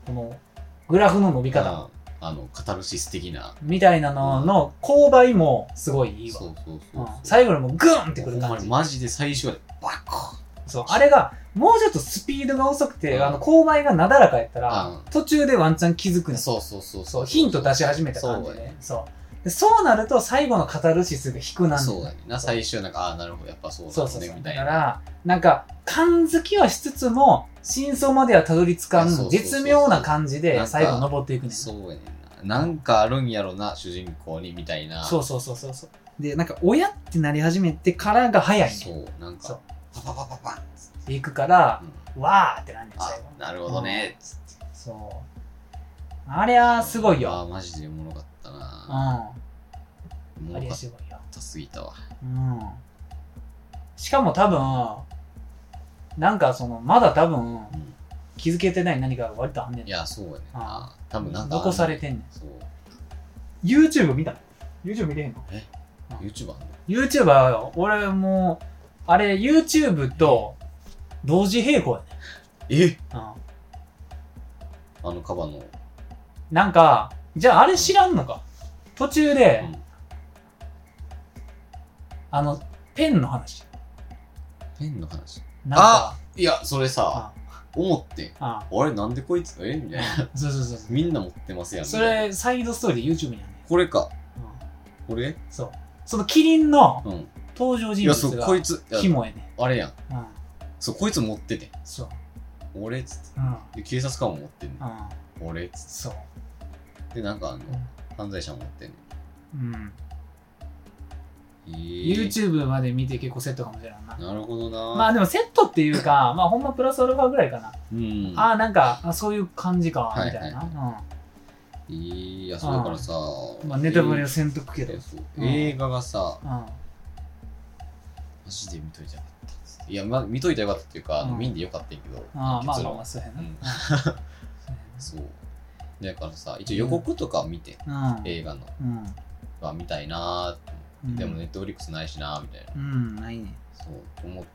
このグラフの伸び方カタルシス的なみたいなのの勾配もすごいいいわ。最後にもうグーンってくる感じ。 マジで最初はバコン。そう、あれがもうちょっとスピードが遅くて、勾配がなだらかやったら、途中でワンチャン気づくね。そうヒント出し始めた感じで。そうなると最後のカタルシスが低くなる。 そうだね。最初なんか、なるほど、やっぱそうだね、みたいな。 だから、なんか、感づきはしつつも、真相まではたどり着かん、絶妙な感じで最後登っていくねん。 そうやねんな。なんかあるんやろな、主人公に、みたいな。 そう。で、なんか、親ってなり始めてからが早いねん。 そう、なんか、パパパパパンっていくから、わーってなんねん、最後。 なるほどね、つって。 そう。あれはすごいよ。 マジでおもろかったな。 あれはすごいよ。 高すぎたわ。 しかも多分、なんかまだ多分、気づけてない何かが割とあんねん。 いや、そうやねんな。多分なんか。 残されてんねん。 そう。 YouTube 見たの？ YouTube 見れへんの ？YouTube あんの？ YouTuber よ。俺もう、あれ YouTube と同時並行やね。 カバの。 なんか、じゃああれ知らんのか？途中で、ペンの話。 ペンの話。 なんかいや、それさ、思って。あれなんでこいつみたいな。 そう。 みんな持ってますやん。 それ、サイドストーリー YouTube にあるねん。 これか。これ？ そう。そのキリンの登場人物が、 いや、こいつ、 キモやねん。あれやん。そう、こいつ持ってて。 そう。 俺っつって。警察官も持ってんねん。俺っつって。 そう。 で、なんか犯罪者も持ってんねん。 YouTube まで見て結構セットかもしれんな。 なるほどな。 まあでもセットっていうか、まあほんまプラスアルファぐらいかな。なんか、そういう感じか、みたいな。 いや、そうだからさ、 まあネタバレはせんとくけど。 映画がさ、マジで見といてよかった。いや、見といてよかったっていうか、見んでよかったんやけど。 まあ、そうやな。 そう。だからさ、一応予告とか見て、映画の。見たいなーって。でもネットフリックスないしなーみたいな。 ないね。 そう、思って、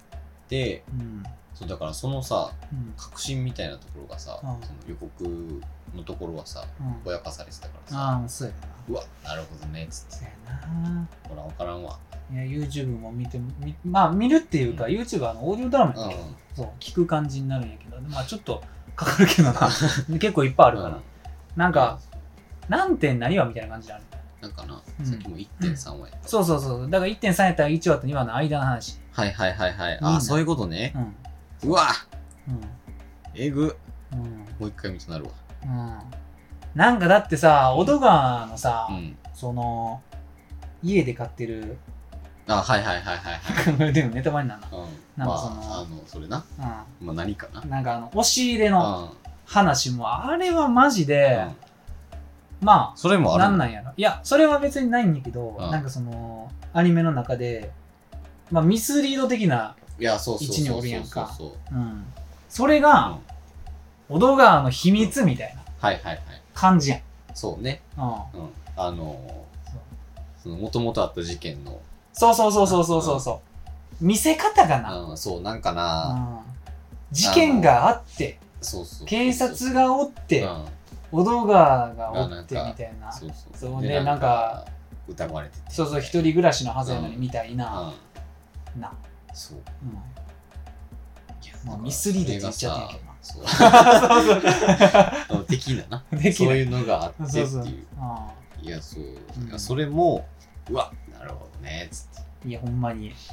そう、だからそのさ、確信みたいなところがさ、その予告のところはさ、ぼやかされてたからさ、 そうやな。うわ、なるほどね、つって。 そうやな。 ほら、わからんわ。 いや、YouTube もまあ見るっていうか、YouTube はオーディオドラマやけど、そう、聞く感じになるんやけど、まあちょっとかかるけどな。結構いっぱいあるから。なんか、何点何話みたいな感じである。 なんかな、さっきも 1.3 話やった。 そう。だから 1.3 やったら1話と2話の間の話。 はい。そういうことね。うわえぐ。もう一回見となるわ。 なんかだってさ、小戸川のさ、家で飼ってる。でもネタバレになるな。なんかそれな。まあ何かな。 なんか押し入れの話も、あれはマジで、まあ、 それもある。 なんやろ。いや、それは別にないんだけど、なんかアニメの中で、まあ、ミスリード的な位置におるやんか。それが、小戸川の秘密みたいな感じやん。 そうね。もともとあった事件の。 そう。見せ方がな。 なんかな。 事件があって、警察がおって、小戸川がおってみたいな。そうで、なんか、 疑われてて。 一人暮らしのはずやのにみたいな。 そう。 ミスリードって言っちゃってんけどな。 的なな。そういうのがあってっていう。いや、そう。それも、うわ、なるほどね、つって。 いや、ほんまに。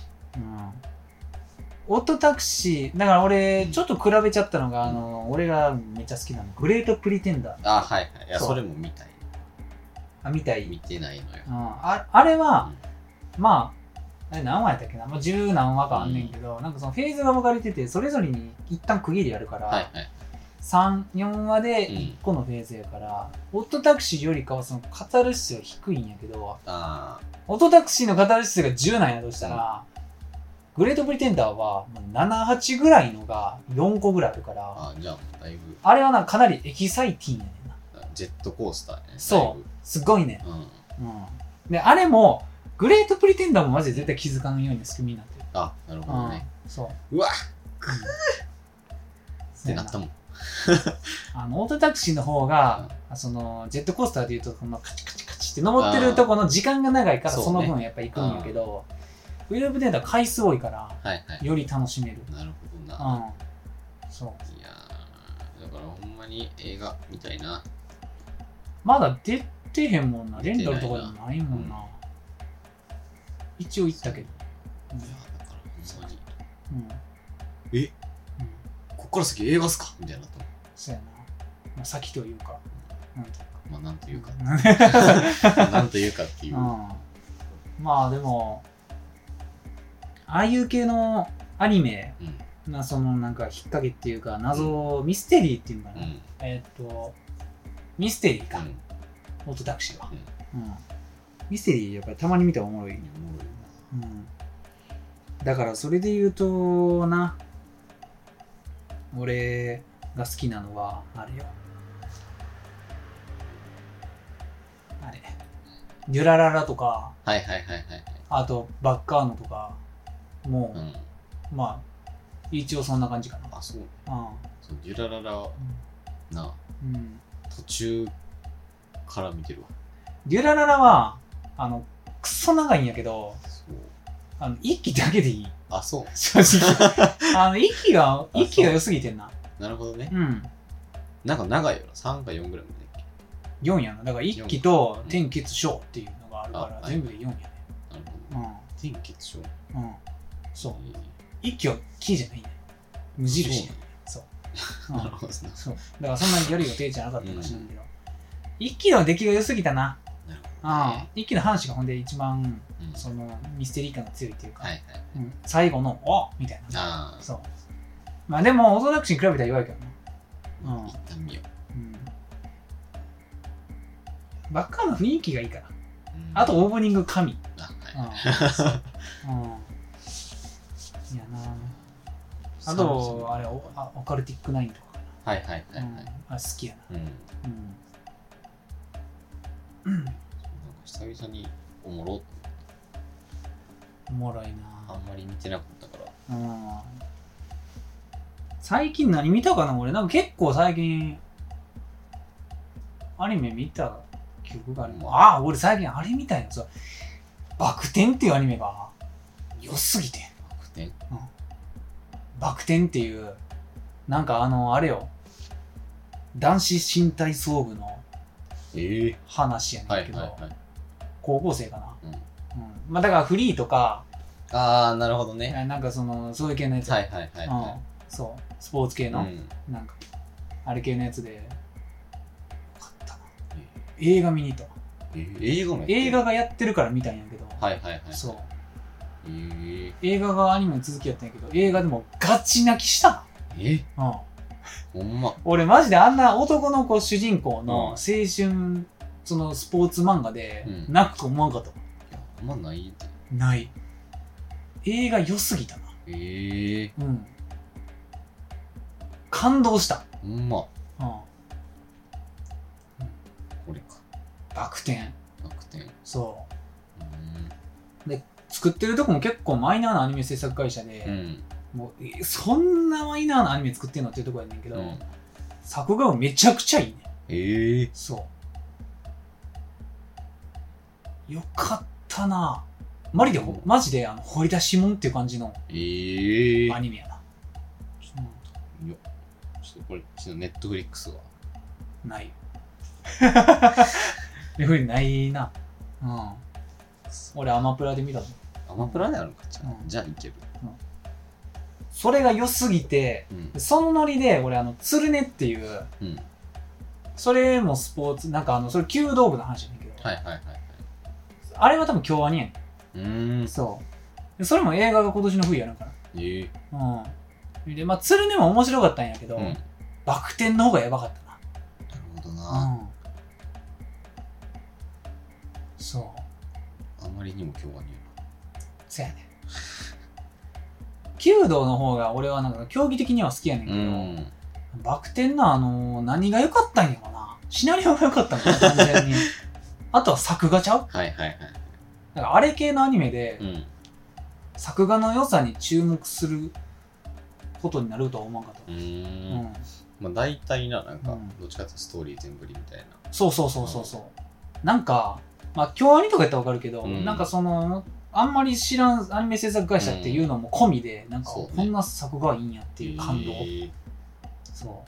オットタクシー、だから俺、ちょっと比べちゃったのが、俺がめっちゃ好きなの、グレートプリテンダー。 いや、それも見たい。 見たい？ 見てないのよ。 あれは、まあ、何話やったっけな、まあ、10何話かあんねんけど、なんかそのフェーズが分かれてて、それぞれに一旦区切りやるから、3、4話で1個のフェーズやから、オットタクシーよりかはそのカタルシスが低いんやけど、オットタクシーのカタルシスが10なんやとしたら、グレートプリテンダーは7、8ぐらいのが4個ぐらいあるから、 じゃあだいぶ。 あれはかなりエキサイティンやねんな。 ジェットコースターね。 そう。すごいね。で、あれも、グレートプリテンダーもマジで絶対気づかんように仕組みになってる。 なるほどね。 そう。 うわっってなったもん。 オートタクシーの方が、そのジェットコースターでいうとこのカチカチカチって登ってるとこの時間が長いからその分やっぱ行くんやけど、ウェーブデータは回数多いから、より楽しめる。 なるほどな。 そう。 いやー、だからほんまに映画みたいな。 まだ出てへんもんな。レンタルとかでもないもんな。一応行ったけど。 いやだからほんまに。こっから先映画っすかみたいなと。 そうやな。まあ、先というか。 まあなんというか。なんというかっていう。 まあでも、ああいう系のアニメな、そのなんか引っ掛けっていうか、謎、ミステリーっていうのかな。ミステリーか。オートタクシーは。ミステリーやっぱりたまに見たらおもろい。だからそれで言うとな、俺が好きなのはあれよ。あれ。デュラララとか、あとバッカーノとかもう、まあ一応そんな感じかな。 あ、そう。デュラララな、途中から見てるわ。 デュラララはクソ長いんやけど、一期だけでいい。 あ、そう。 正直。一期が良すぎてんな。 なるほどね。なんか長いよな。3か4ぐらいまで。 4やな。だから一期と天血章っていうのがあるから、全部で4やね。 なるほど。天血章。 そう。一期は木じゃないね。無印。そう。 なるほどね。 そう。だからそんなにやる予定じゃなかったかもしれないけど。一期の出来が良すぎたな。一期の話がほんで一番そのミステリー感が強いっていうか、最後の「おっ!」みたいな。そう。まあでもオートタクシーに比べたら弱いけどな。 一旦見よう。バッカーの雰囲気がいいから。あとオープニング神。いやな。あとあれオカルティックナインとかかな。あれ好きやな。 久々におもろおもろいな。 あんまり見てなかったから。 最近何見たかな俺。なんか結構最近アニメ見た記憶がある。俺最近あれみたいなさ、バク転っていうアニメが良すぎて。 バク転？ バク転っていうなんかあれよ、男子新体操部の話やねんけど、高校生かな。まあだからフリーとか、 なるほどね。 なんかそういう系のやつ。そう、スポーツ系の、なんかあれ系のやつでよかったな。映画見に行ったわ。映画がやってるから見たんやけど、そう。映画がアニメの続きやったんやけど、映画でもガチ泣きしたな。 ほんま。 俺マジであんな男の子主人公の青春そのスポーツ漫画で泣くと思わんかった。 あんまないで。 ない。映画良すぎたな。感動した。 ほんま。これか。 バク転。そう。で作ってるとこも結構マイナーなアニメ制作会社で、もうそんなマイナーなアニメ作ってんのっていうところやねんけど、作画もめちゃくちゃいいね。そう。よかったな。マジで掘り出し物っていう感じのアニメやな。 ちょっとこれネットフリックスはない。ないな。俺アマプラで見たぞ。 アマプラであるのか。じゃあいける。 それが良すぎて、そのノリで俺ツルネっていう、それもスポーツなんかそれ弓道部の話なんだけど、あれは多分京アニやねん。そうそれも映画が今年の冬やるからでまあツルネも面白かったんやけど、バク転の方がやばかったな。 なるほどな。 そうあまりにも京アニやな。 そうやね。弓道の方が俺はなんか競技的には好きやねんけど、バク転の何が良かったんやろな。シナリオが良かったんだ単純に。あとは作画ちゃう？だからあれ系のアニメで、作画の良さに注目することになるとは思わんかった。 まあ大体なんか、どっちかっていうとストーリー全振りみたいな。 そう。なんか、まあ京アニとかやったらわかるけど、なんかその、あんまり知らんアニメ制作会社っていうのも込みで、なんかこんな作画いいんやっていう感動。そう。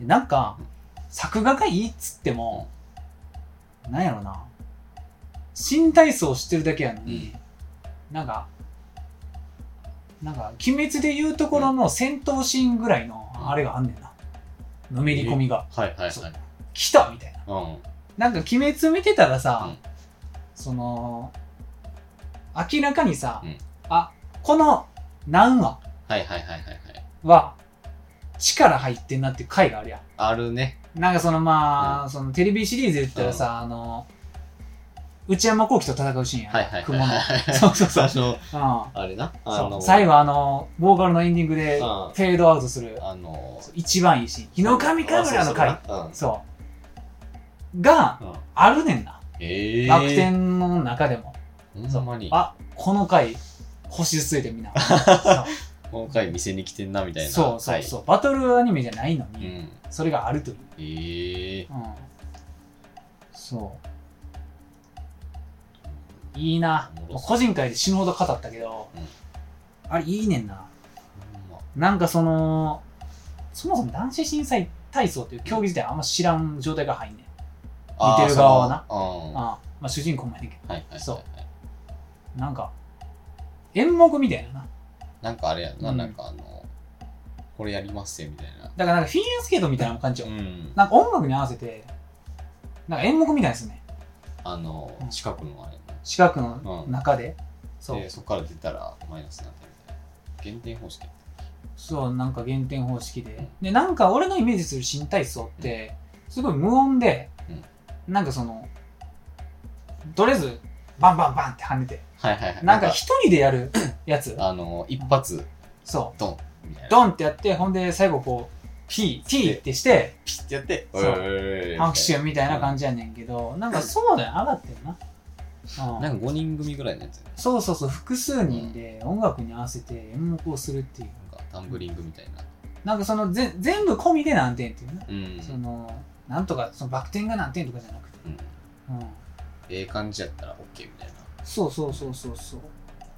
なんか、作画がいいっつっても、なんやろな。新体操してるだけやのに、なんか、鬼滅でいうところの戦闘シーンぐらいのあれがあんねんな。のめり込みが。来たみたいな。なんか鬼滅見てたらさ、その、明らかにさ、あ、この何話は力入ってんなっていう回があるやん。 あるね。 なんかそのまあ、そのテレビシリーズで言ったらさ、内山聖輝と戦うシーンやん。雲の。そう。 あれな。 最後ボーカルのエンディングでフェードアウトする。一番いいシーン。日の神神楽の回。そう。が、あるねんな。楽天の中でも。あ、この回、星ついてみんな。 この回店に来てんなみたいな。 そう。バトルアニメじゃないのに、それがあるという。そう。いいな。個人会で死ぬほど語ったけど、あれいいねんな。なんかその、そもそも男子審査体操っていう競技自体あんま知らん状態が入んねん。見てる側はな。まあ主人公もやねんけど。そう。なんか、演目みたいなな。 なんかあれやな、なんかこれやりますよみたいな。 だからなんかフィギュアスケートみたいな感じよ。なんか音楽に合わせて、なんか演目みたいですね。 四角のあれ。 四角の中で。 そう。そこから出たらマイナスになってるみたいな。減点方式。 そう、なんか減点方式で。で、なんか俺のイメージする新体操って、すごい無音で、なんかその、とりあえず、バンバンバンって跳ねて。なんか一人でやるやつ。 一発。 そう。 ドン。 ドンってやって、ほんで最後こう、ピーってして、 ピッってやって、 拍手みたいな感じやねんけど、なんかそうだよ、上がってるな。 なんか5人組ぐらいのやつ。 そう、複数人で音楽に合わせて演目をするっていう。 なんかタンブリングみたいな。 なんかその全部込みで何点っていうね。その、なんとか、そのバク転が何点とかじゃなくて。 ええ感じやったら OK みたいな。 そう。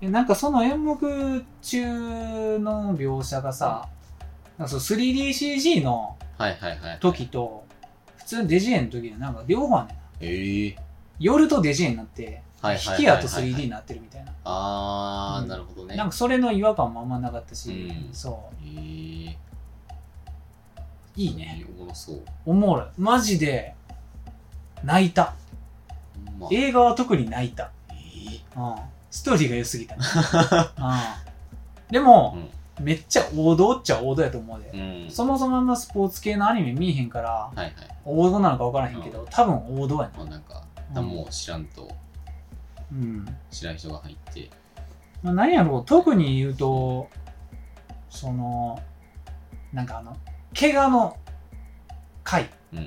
なんかその演目中の描写がさ、なんかそう 3DCG の時と、普通のデジエンの時でなんか両方あんねんな。夜とデジエンになって、引きやと 3D になってるみたいな。 なるほどね。 なんかそれの違和感もあんまなかったし、そう。いいね。 おもろそう。 おもろい。マジで、泣いた。映画は特に泣いた。ストーリーが良すぎた。でも、めっちゃ王道っちゃ王道やと思うで。そもそもあんまスポーツ系のアニメ見えへんから、王道なのか分からへんけど、多分王道やな。 なんか、もう知らんと、知らん人が入って。 何やろう、特に言うと、その、なんか怪我の回。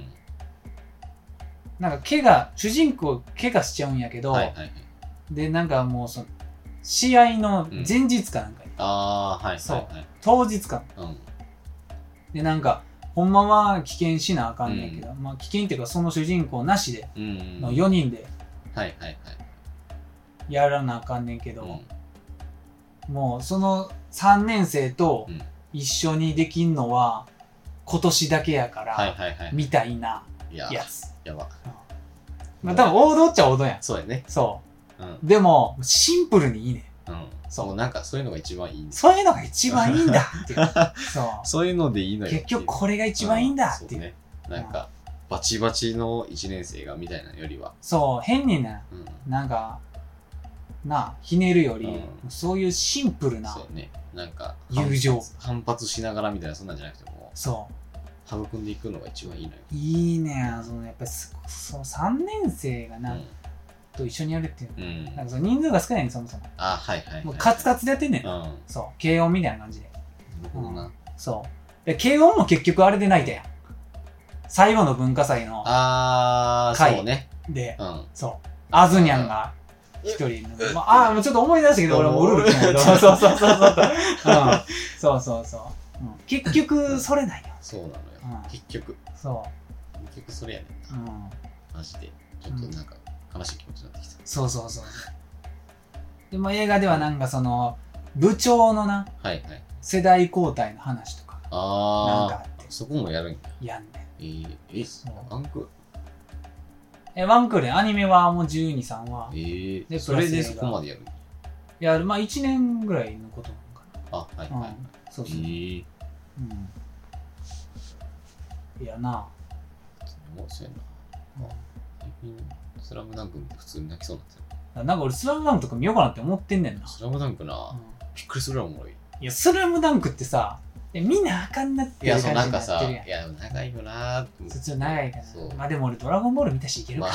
なんか主人公怪我しちゃうんやけど、で、なんかもう試合の前日かなんかに。当日か。で、なんか、ほんまは棄権しなあかんねんけど、まあ棄権っていうかその主人公なしで、の4人で、やらなあかんねんけど、もうその3年生と一緒にできんのは今年だけやから、みたいなやつ。 やば。 まあ多分王道っちゃ王道やん。 そうやね。 そう。でも、シンプルにいいね。 そう。なんかそういうのが一番いい。 そういうのが一番いいんだっていう。そう。 そういうのでいいのよ。 結局これが一番いいんだっていう。 なんか、バチバチの1年生がみたいなよりは。 そう、変にね、なんか、ひねるより、そういうシンプルな。 そうね。なんか、 友情。 反発しながらみたいな、そんなんじゃなくても。 そう。 育んでいくのが一番いいのよ。 いいね。やっぱりその3年生がと一緒にやるっていうの。なんかその人数が少ないねん、そもそも。もうカツカツでやってんねん。そう。軽音みたいな感じで。 なるほどな。 そう。で、軽音も結局あれで泣いたやん。最後の文化祭のそうね。 で、そう。アズニャンが一人。もうちょっと思い出したけど、俺もうるるってないけど。そう。結局、それなんよ。 そうなのよ。 結局それやねんな、マジでちょっとなんか悲しい気持ちになってきた、 そうでも映画ではなんかその部長のな、世代交代の話とかなんかあって、 そこもやるんやんねん。 ワンクワンクールアニメはもう12、3話。 でそれでそこまでやる。 いや、まあ1年ぐらいのことなのかな。そう。いやな。 そうやな。スラムダンクって普通に泣きそうになってる。なんか俺スラムダンクとか見ようかなって思ってんねんな。 スラムダンクな。びっくりするわ、おもろい。 いや、スラムダンクってさ、見なあかんなっていう感じになってるやん。 いや、でも長いよなーって。 普通長いから。まあでも俺ドラゴンボール見たしいけるから。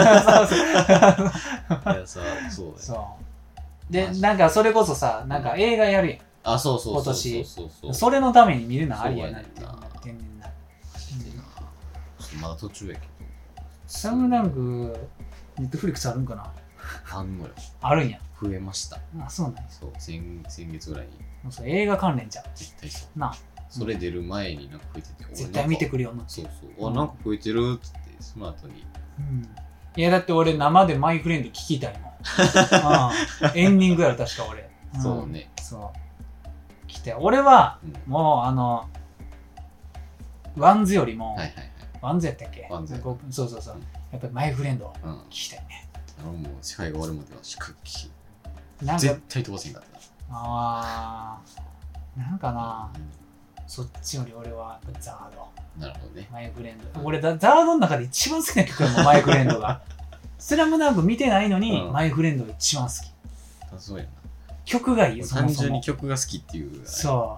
そうで、なんかそれこそさ、なんか映画やるやん。 そう今年。それのために見るのありやなって思ってんねんな。 まだ途中やけど。 スラムダンク、ネットフリックスあるんかな。 あんのよ。 あるんや。 増えました。 そうなんや。 そう、先月ぐらいに。 映画関連じゃん。 絶対そう。 なあ。 それ出る前になんか増えてて。 絶対見てくるよな。 そう。なんか増えてるっつって、その後に。 いやだって俺生でマイフレンド聞きたいもん。エンディングやろ確か俺。 そうね。 そう。来て。俺は、もうワンズよりも、ワンズやったっけ？そう。やっぱりマイフレンド聞きたいね。 もう世界が終わるまではしっかり聞き。絶対飛ばせんかった。 なんかな、そっちより俺はザード。 なるほどね。 マイフレンド。俺ザードの中で一番好きな曲やもん、マイフレンドが。スラムダンク見てないのに、マイフレンドが一番好き。 そうやな。 曲がいいよ、 単純に曲が好きっていう。 そう。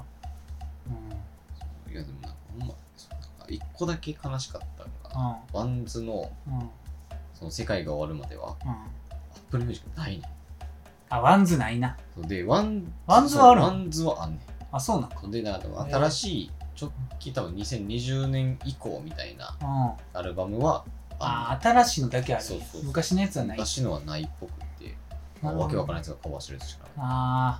いやでもなんかほんま、一個だけ悲しかったのが、ワンズの、その世界が終わるまでは、アップルミュージックないね。 ワンズないな。 で、ワンズはあるの？ ワンズはあんねん。 そうなの？ で、なんか新しい、直近多分2020年以降みたいなアルバムは新しいのだけある。昔のやつはない。 昔のはないっぽくて、わけわからないやつがカバーしてるやつしかない。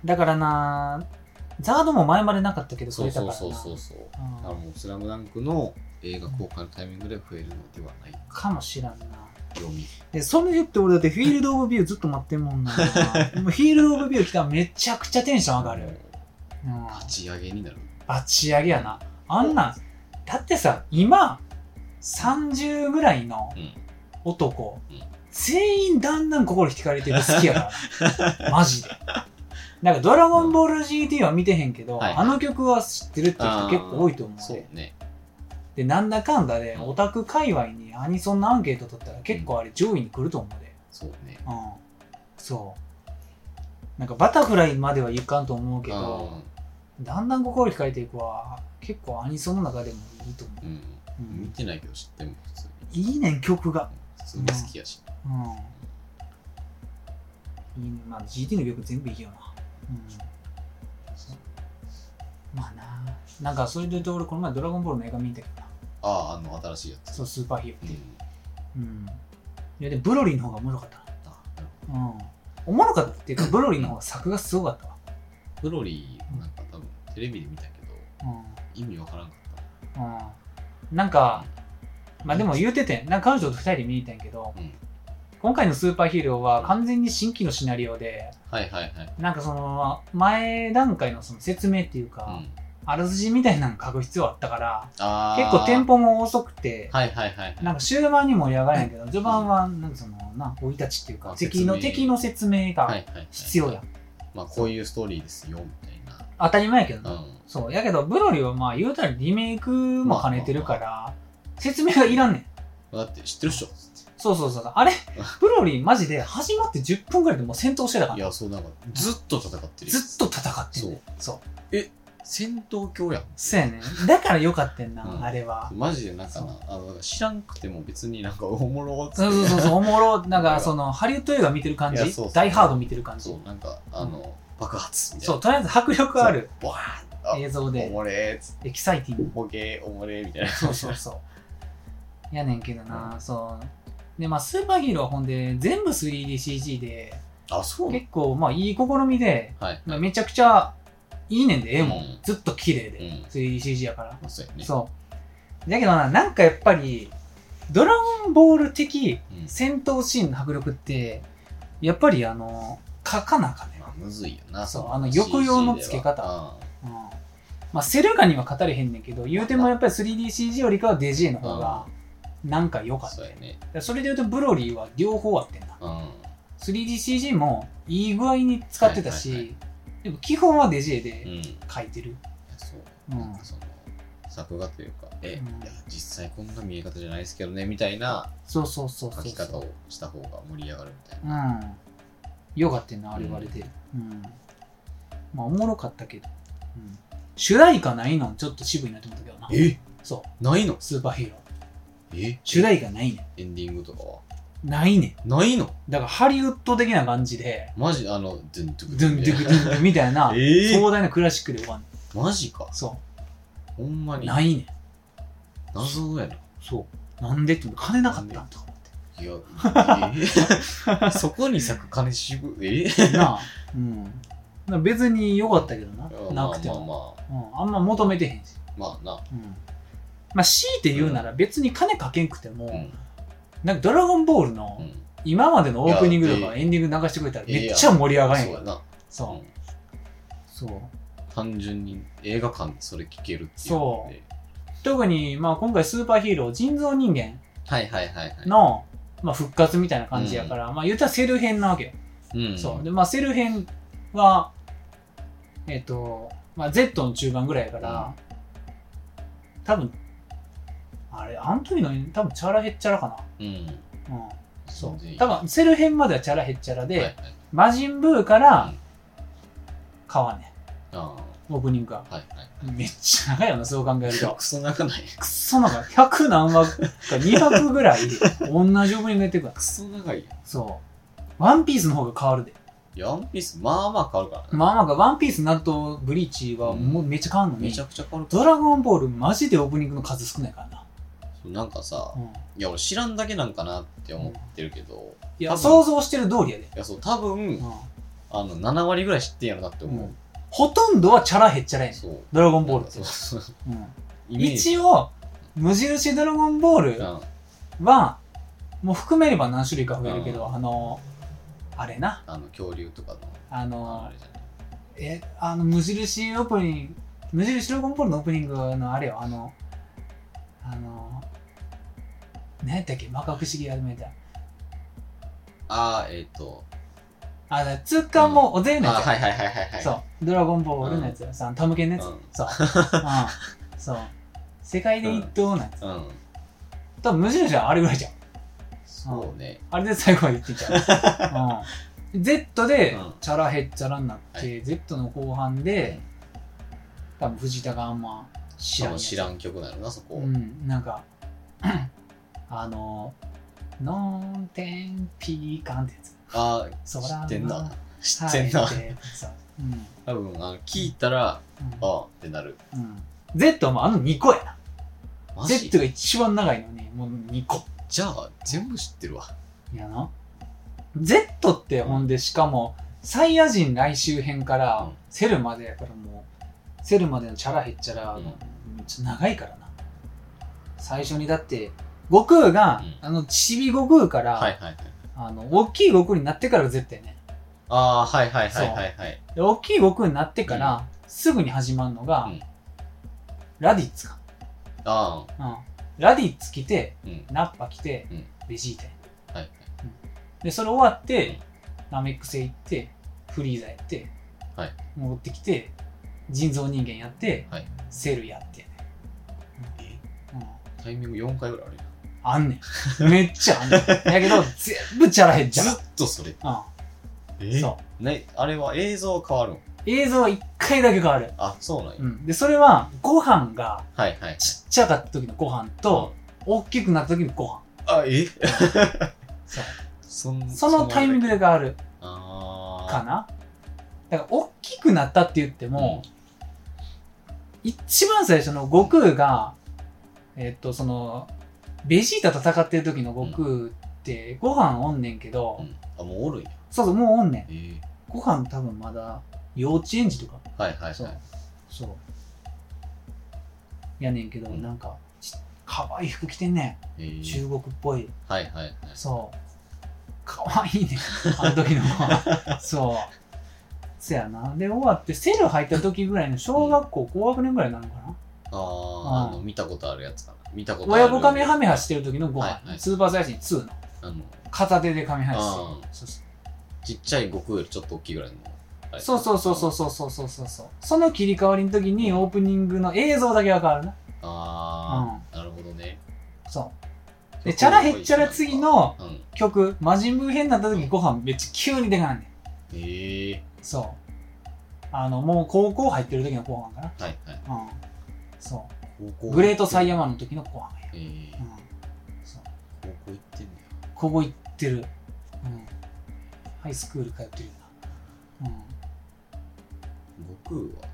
だからな、ザードも前までなかったけど、 そう。もうスラムダンクの映画公開のタイミングで増えるのではないかもしらんな。それ言って俺だってフィールドオブビューずっと待ってんもんな。フィールドオブビュー来たらめちゃくちゃテンション上がる。 バチ上げになる。 バチ上げやな。あんなんだってさ、今30ぐらいの男、全員だんだん心惹かれてる好きやからマジで。なんかドラゴンボール GT は見てへんけど、あの曲は知ってるっていう人結構多いと思う。 そうね。 で、なんだかんだで、オタク界隈にアニソンのアンケート取ったら結構あれ上位に来ると思うで。 そうね。 そう。なんかバタフライまではいかんと思うけど、だんだん心惹かれていくは、結構アニソンの中でもいいと思う。 見てないけど知っても普通に。いいねん、曲が。 普通に好きやし。 いいね。まあ GT の曲全部いいよな。まあな。なんかそれで言うと俺この前ドラゴンボールの映画見たけどな。 新しいやつ。 そう、スーパーヒーローって。いやでブロリーの方がおもろかった。おもろかったっていうか、ブロリーの方が作がすごかったわ。 ブロリーなんか多分テレビで見たけど、意味わからんかった。 なんかまあでも言うてて、なんか彼女と2人で見に行ったんやけど、今回のスーパーヒーローは完全に新規のシナリオで、なんかその前段階のその説明っていうか、あらすじみたいなの書く必要あったから、結構テンポも遅くて、なんか終盤に盛り上がるんやけど、序盤はなんかその生い立ちっていうか、敵の説明が必要や。 まあこういうストーリーですよみたいな。 当たり前やけどな。そう。やけどブロリーはまあ言うたらリメイクも兼ねてるから、説明がいらんねん。 だって知ってるっしょ。 そう。あれブロリーマジで始まって10分ぐらいでもう戦闘してたから。 いや、そうなんかずっと戦ってる。 ずっと戦ってる。そう。 戦闘狂やん。 そうやね。だからよかったんな、あれは。 マジでなんかな、知らんくても別になんかおもろって。 そう、おもろ、なんかその、ハリウッド映画見てる感じ、ダイハード見てる感じ。 そう、なんか爆発みたいな。 そう、とりあえず迫力ある映像で。 おもれーっつって。 エキサイティング。 ボケー、おもれーみたいな。 そう。やねんけどな、そう。で、まあ、スーパーヒーローはほんで、全部 3DCG で、結構、まあ、いい試みで、めちゃくちゃ、いいねんで、絵もずっと綺麗で、3DCG やから。そう。 だけどなんかやっぱりドラゴンボール的戦闘シーンの迫力ってやっぱり書かなかね、 まあ、むずいよな。 そう抑揚のつけ方、まあセルガには語れへんねんけど、言うてもやっぱり 3DCG よりかはデジェの方がなんか良かったよね。それで言うとブロリーは両方あってんな、3DCG もいい具合に使ってたし、でも基本はデジェで描いてる。 そう、なんかその作画というか、いや実際こんな見え方じゃないですけどねみたいな描き方をした方が盛り上がるみたいな。 よかったなあれはあれで。まあおもろかったけど。主題歌ないのちょっと渋いなと思ったけどな。そうないの？ スーパーヒーロー主題歌ないねん。エンディングとかはないねん。ないの？ だからハリウッド的な感じでマジドゥンドゥクドゥンドゥクドゥンドゥみたいな壮大なクラシックで終わんねん。マジか。 そうほんまにないねん。 謎やな。 そうなんでって金なかったんとか思って。いやそこに咲く金渋なあ別に良かったけどな、なくても、あんま求めてへんし、 まあな、 まあ強いて言うなら別に金かけんくても、なんかドラゴンボールの今までのオープニングとかエンディング流してくれたらめっちゃ盛り上がるんやん。そう単純に映画館でそれ聞けるっていう。 そう特にまあ今回スーパーヒーロー人造人間の復活みたいな感じやから、まあ言ったらセル編なわけよ。そうでまあセル編はまあ Z の中盤ぐらいやから、多分あれあの時の多分チャラヘッチャラかな。そう多分セル編まではチャラヘッチャラで、魔人ブーから変わんねんオープニングが。めっちゃ長いよなそう考えると。 クソ長ない。 クソ長い。100何話か200ぐらい同じオープニングやってるから。 クソ長いよ。 そうワンピースの方が変わるで。 ワンピースまあまあ変わるからね。 まあまあワンピースになるとブリーチはもうめっちゃ変わるのに、 めちゃくちゃ変わる。 ドラゴンボールマジでオープニングの数少ないからな。 なんかさ、いや俺知らんだけなんかなって思ってるけど、 いや想像してる通りやで。 いやそう多分7割ぐらい知ってんやろなって思う。 ほとんどはチャラヘッチャラやねんドラゴンボールって。一応無印ドラゴンボールはもう含めれば何種類か増えるけど、あれな恐竜とかのあれじゃない無印オープニング無印ドラゴンボールのオープニングのあれよ何やったっけ摩訶不思議やるみたいつかもおぜのやつそうドラゴンボールのやつさタムケンのやつそうそう世界で一等のやつ多分無印はあれぐらいじゃん。 そうねあれで最後まで言ってんちゃうZ でチャラヘッチャラになって Z の後半で多分藤田があんま知らん曲なのなそこ。 なんかノンテンピーカンってやつ。 知ってんな。知ってんな。多分聞いたらってなる。 Z はもう2個やな。Z が一番長いのにもう2個。 じゃあ全部知ってるわ。 いやな。Z ってほんでしかもサイヤ人来週編からセルまでやからもうセルまでのチャラヘッチャラめっちゃ長いからな。最初にだって悟空がチビ悟空から大きい悟空になってからが Z やね。大きい悟空になってからすぐに始まるのがラディッツか。ラディッツ来てナッパ来てベジータや。でそれ終わってナメック星行ってフリーザやって戻ってきて人造人間やってセルやってタイミング4回ぐらいあるよ。 あんねん。めっちゃあんねん。だけど全部チャラヘッチャラ。 ずっとそれ。そうね。あれは映像変わるん？ 映像は1回だけ変わる。 そうなんや。 でそれはご飯がちっちゃかった時のご飯と大きくなった時のご飯。そうそのタイミングで変わるかな。だから大きくなったって言っても、一番最初の悟空がそのベジータと戦ってる時の悟空ってご飯おんねんけど、 もうおるんや。 そうもうおんねん。ご飯多分まだ幼稚園児とかそうやねんけど、なんか可愛い服着てんねん。中国っぽい。 はいはいはい。 そう。可愛いね。あの時の子。そう。そやな。で、終わって、セル入った時ぐらいの小学校高学年ぐらいになるのかな。 見たことあるやつかな。見たことある。 親子カメハメハしてる時のご飯。スーパーサイヤ人2の。片手でカメハメハしてる。 ちっちゃい悟空よりちょっと大きいぐらいの。 そう。その切り替わりの時にオープニングの映像だけが変わるな。 なるほどね。 そう。で、チャラヘッチャラ次の曲、魔人ブー編になった時ご飯めっちゃ急にでかなんねん。そう。もう高校入ってる時のご飯かな。 はいはい。 そう。グレートサイヤマンの時のご飯や。そう。 高校行ってんねや。 高校行ってる。ハイスクール通ってるよな。 悟空は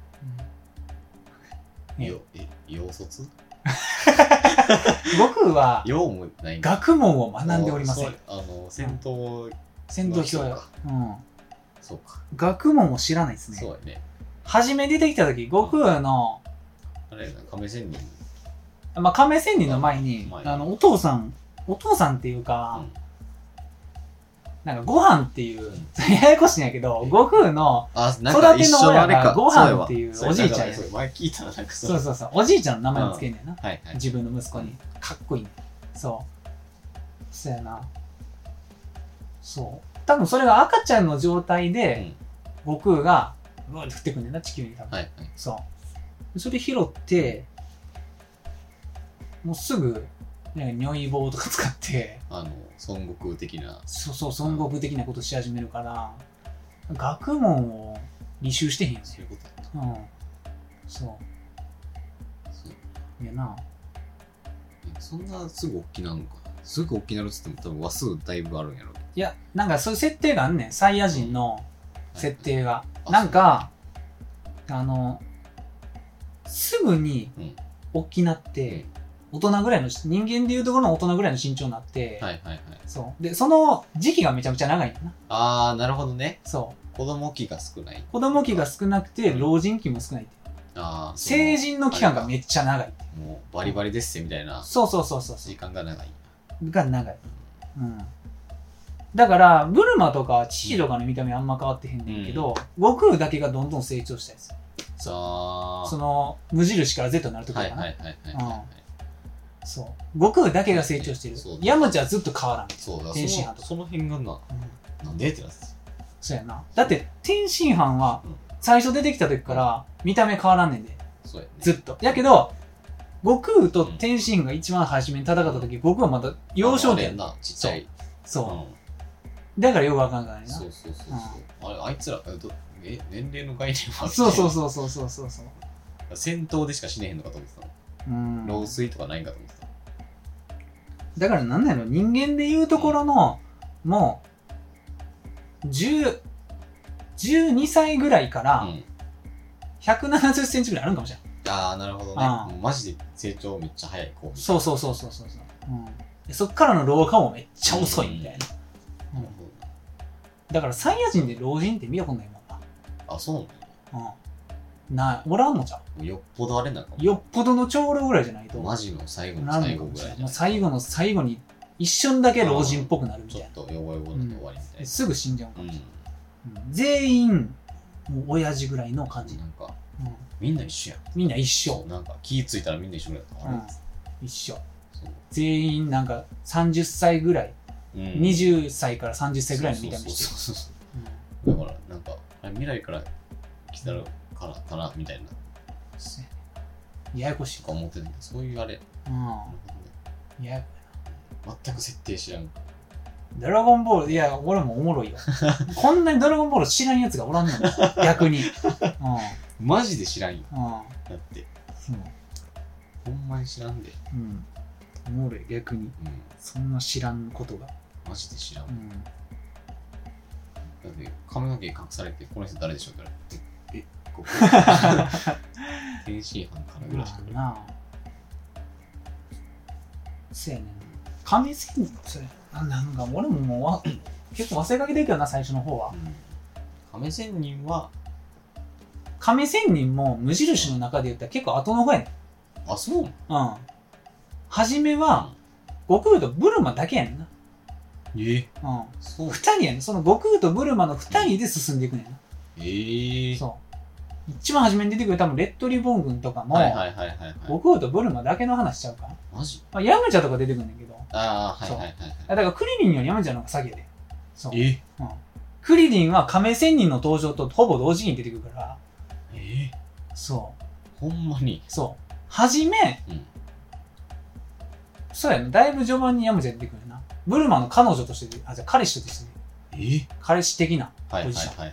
洋卒悟空は学問を学んでおりません。 戦闘人や。 そうか。 学問を知らないですね。 そうやね。 初め出てきた時、悟空のあれ亀仙人。 まあ亀仙人の前にお父さんっていうか。なんかご飯っていう、ややこしいんやけど、悟空の育ての親がご飯っていうおじいちゃんや。 前聞いたらなんかそう、おじいちゃんの名前をつけんねんな。自分の息子に。かっこいいね。そう。そうやな。そう。多分それが赤ちゃんの状態で、悟空が、ブーって降ってくんねんな、地球に多分。そう。それ拾って、もうすぐ、如意棒とか使って孫悟空的な孫悟空的なことし始めるから学問を履修してへんよね。 そういうことやった。 そういやな。 そんなすぐ大きなのか。すぐ大きなるっつっても多分話数だいぶあるんやろ。 いやなんかそういう設定があんねん。サイヤ人の設定がなんかすぐに大きなって大人ぐらいの人間でいうところの大人ぐらいの身長になって、そうでその時期がめちゃくちゃ長いんだな。なるほどね。 そう子供期が少ない。 子供期が少なくて老人期も少ないって。成人の期間がめっちゃ長い。 もうバリバリですみたいな。 そう時間が長い。 だからブルマとか父とかの見た目あんま変わってへんねんけど、悟空だけがどんどん成長したやつ。その無印から Z になるところかな。そう悟空だけが成長してる。ヤムチャはずっと変わらん。天津飯とかその辺がなんでってなって。 そうやな。だって天津飯は最初出てきた時から見た目変わらんねんで。ずっとやけど悟空と天津飯が一番初めに戦った時、悟空はまだ幼少期やんな。 ちっちゃい。 そうだからよくわかんないな。 そうあいつら年齢の概念はそう戦闘でしか死ねへんのかと思ってたの。老衰とかないんかと思ってた。 だからなんだろう、人間でいうところの、もう12歳ぐらいから170センチぐらいあるんかもしれない。 なるほどね。マジで成長めっちゃ早い子。 そう、そっからの老化もめっちゃ遅いみたいな。だからサイヤ人で老人って見たことないもんな。 そうなの？おらんのじゃん。 よっぽどあれなんかも。 よっぽどの長老ぐらいじゃないと。 マジの最後の最後ぐらい。 最後の最後に一瞬だけ老人っぽくなるみたいな。 ちょっとヨボヨボになって終わりみたいな。 すぐ死んじゃうかもしれない。全員もう親父ぐらいの感じ。 なんかみんな一緒やん。 みんな一緒。 なんか気ぃついたらみんな一緒ぐらいだった。 一緒。全員なんか30歳ぐらい。20歳から30歳ぐらいの見た目してる。だからなんか未来から来たらからかなみたいな。 ややこしいか思ってるけど、そういうあれ。 ややこいな。全く設定知らん。 ドラゴンボール、いや俺もおもろいよ。こんなにドラゴンボール知らんやつがおらんのよ。逆に。 マジで知らんよ。だって。ほんまに知らんで。 おもろい逆に。そんな知らんことが。 マジで知らん。だって髪の毛隠されてこの人誰でしょうって言ったら天津飯かなぐらいしかな。 そうやねん。亀仙人それなんか俺もう結構忘れかけてるけどな最初の方は。 亀仙人は亀仙人も無印の中で言ったら結構後の方やねん。 そう？ 初めは、悟空とブルマだけやねんな。 そう。 2人やねん。その悟空とブルマの2人で進んでいくねんな。そう。一番初めに出てくる多分レッドリボン軍とかも、悟空とブルマだけの話しちゃうか。 マジ？ ヤムチャとか出てくるんだけど。 だからクリリンよりヤムチャの方が先やで。そう。クリリンは亀仙人の登場とほぼ同時に出てくるから。そう。 ほんまに？ そう。はじめ、そうやな。だいぶ序盤にヤムチャ出てくるな。ブルマの彼女として、じゃあ彼氏として、彼氏的なポジション。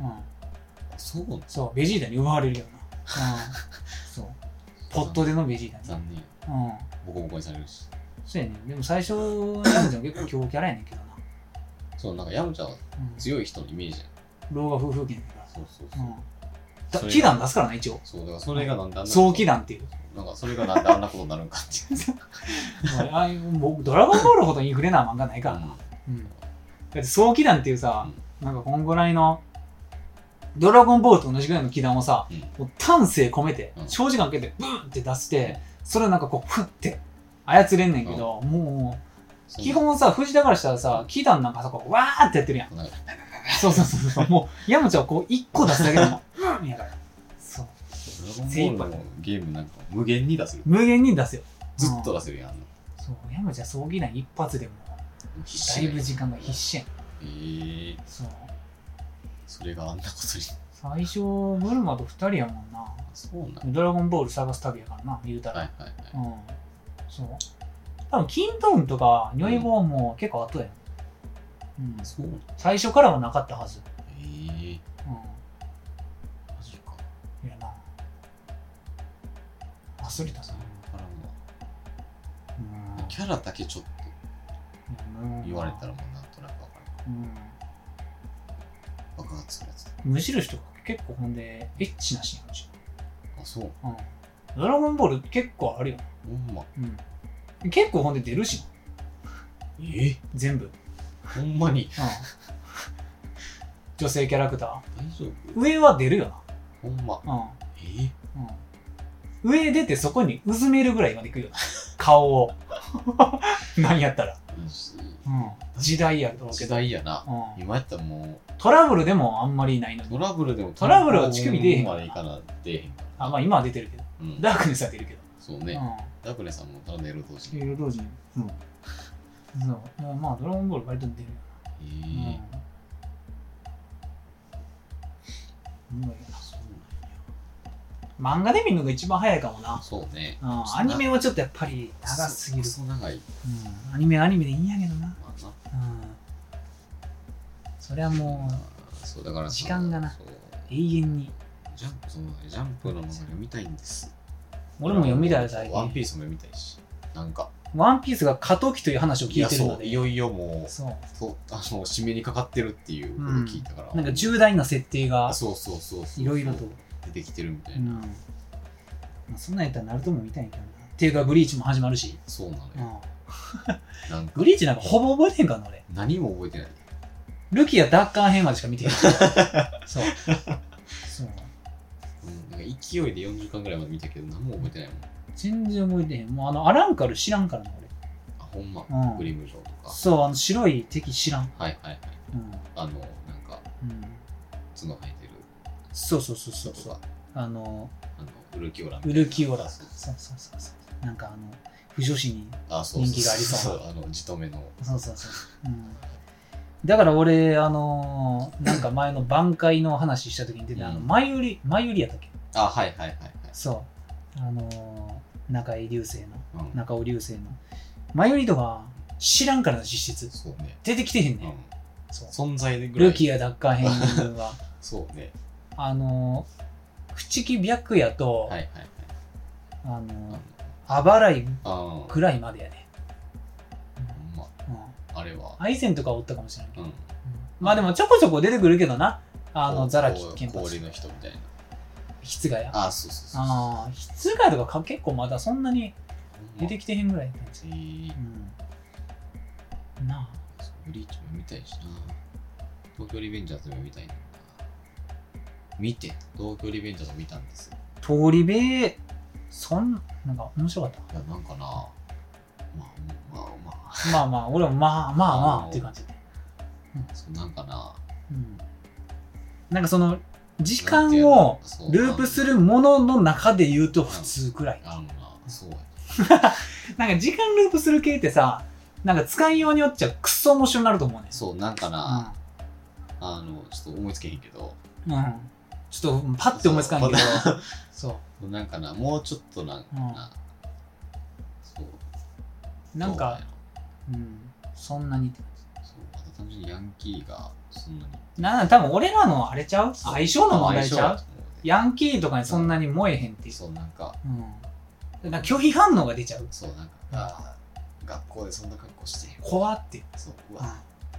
そう、ベジータに奪われるような。そう。ポットでのベジータに。 残念。ボコボコにされるし。 そうやね。でも最初、ヤムチャ結構強キャラやねんけどな。 そう、なんかヤムチャは強い人のイメージやん。 老婆夫婦権だから。 そう。 気弾出すからな、一応。 そう、だからそれがなんであんな。 早期弾っていう。 なんかそれがなんであんなことになるんかっていう。 僕、ドラゴンボールほどインフレな漫画ないからな。だって早期弾っていうさ、なんかこんぐらいの、ドラゴンボールと同じぐらいの気弾をさ、もう丹精込めて、長時間かけてブーンって出して、それをなんかこう、ふって操れんねんけど、もう、基本さ、藤田からしたらさ、気弾なんかさ、こう、わーってやってるやん。そう。もう、ヤムチャをこう、一個出すだけでも、うんやから。そう。 ドラゴンボールのゲームなんか無限に出せる。 無限に出すよ。 ずっと出せるやん。 そう、ヤムチャ装備弾一発でも、だいぶ時間が必死やん。そう。それがあんなことに。 最初、ブルマと2人やもんな。 そうなんだ。 ドラゴンボール探す旅やからな、言うたら。そう。多分、キントーンとか、ニョイボーンも結構後やん。 そう。 最初からはなかったはず。 マジか。 いやな。忘れたさ。 キャラだけちょっと言われたらもうなんとなくわかる。爆発するやつ。 無印とか結構ほんでエッチなシーンあるし。 そう。 ドラゴンボール結構あるよ。 ほんま。 結構ほんで出るし。全部。 ほんまに。 女性キャラクター。 大丈夫？上は出るよな。 ほんま。 上出てそこにうずめるぐらいまでいくよな。顔を。何やったら。時代やろうけど。 時代やな。今やったらもう。 トラブルでもあんまりないのに。 トラブルは乳首出えへんから。まあ今は出てるけど。ダークネスは出るけど。 そうね。ダークネスはもうただネロ同時に。 ネロ同時に。そう。まあドラゴンボール割と出るよな。漫画で見るのが一番早いかもな。 そうね。 アニメはちょっとやっぱり長すぎる。 そう長い。 アニメはアニメでいいんやけどな。それはもう、そうだから時間がな、永遠に。 ジャンプの漫画読みたいんです。 俺も読みたい最近。 ワンピースも読みたいし。なんか。 ワンピースが過渡期という話を聞いてるので。 いよいよもう、締めにかかってるっていうことを聞いたから。 なんか重大な設定が、 そう。 いろいろと。 出てきてるみたいな。 そんなんやったらナルトも見たいんやけどな。っていうかブリーチも始まるし。 そうなのよ。 ブリーチなんかほぼ覚えてんからな俺。 何も覚えてない。 ルキア奪還編までしか見てへん。そう。 なんか勢いで40巻ぐらいまで見たけど何も覚えてないもん。 全然覚えてへん。もうアランカル知らんからな俺。 ほんま。グリム城とか。 そう、白い敵知らん。 はい。なんか、角生えてる。 そう。 ウルキオラ。そうなんか不女子に人気がありそうな。 じとめの。 そう。だから俺、なんか前の挽回の話した時に出て前売りやったっけ？ はい。 そう。中尾流星の。前売りとか知らんからの実質。 そうね。 出てきてへんねん。 存在でぐらい。 ルキア奪還編は。 そうね。 朽木白夜と、あばらいくらいまでやね。 あれは。 アイゼンとかおったかもしれないけど。まあでもちょこちょこ出てくるけどな。ザラキケンパチ。 氷の人みたいな。 筆ヶ谷。 そう。 筆ヶ谷とか結構まだそんなに出てきてへんぐらいの感じ。なあ。 ブリーチも見たいしな。東京リベンジャーズも見たいんだ。東京リベンジャーズ見たんです。 通り部なんか面白かった。 いやなんかなまあまあ俺もまあまあまあっていう感じで、 そうなんかな、 なんかその時間をループするものの中で言うと普通くらい。 そうなんか時間ループする系ってさ、なんか使いようによっちゃクソ面白になると思うね。 そうなんかな、ちょっと思いつけへんけど、 ちょっとパッて思いつかんけど、 そうなんかな、もうちょっとなんかな、そうなんかそんなにって感じ。そうあと単純にヤンキーがそんなに多分俺らのあれちゃう、相性の問題ちゃう。ヤンキーとかにそんなに燃えへんっていう。 そうなんか拒否反応が出ちゃう。 そうなんか学校でそんな格好して怖って。 そううわ、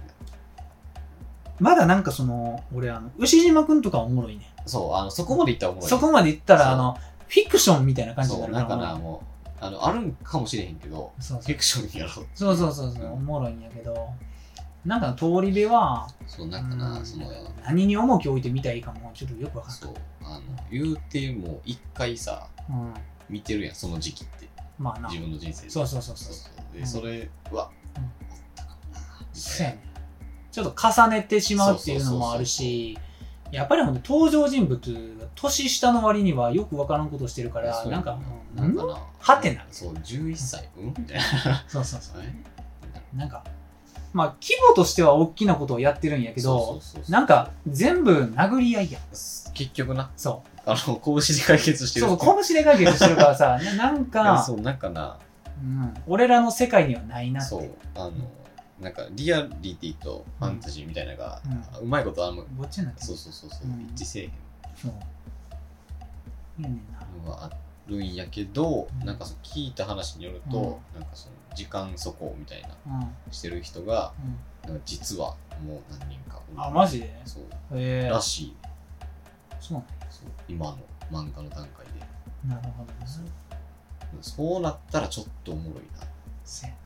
まだなんかその俺牛島くんとかおもろいね。 そうそこまでいったらおもろい。 そこまでいったらフィクションみたいな感じになるから。 そうなんかな、もうあるんかもしれへんけど、フィクションやろう。 そうおもろいんやけど、なんか通り部はそうなんかな、その何に重きを置いてみたらいいかもちょっとよくわかんない。 そう言うても一回さ見てるやん、その時期って。まあな、自分の人生で。そうでそれはそうやね、ちょっと重ねてしまうっていうのもあるし、やっぱり登場人物が年下の割にはよくわからんことしてるから、なんかはてなる。 そう11歳みたいな。 そうなんかまあ規模としては大きなことをやってるんやけど、なんか全部殴り合いやん結局な。 そう拳で解決してる。 そう拳で解決してるからさなんかそうなんかな、 俺らの世界にはないなって。そうなんかリアリティとファンタジーみたいなのがうまいことごっちゃになってる。 そう一致せえへん。そういやねんなのがあるんやけど、なんか聞いた話によると、なんかその時間走行みたいなしてる人がなんか実はもう何人か。 あ、マジで？ そうらしい。 そうなんや。 今の漫画の段階で。 なるほどね。 そうなったらちょっとおもろいな。 せやな。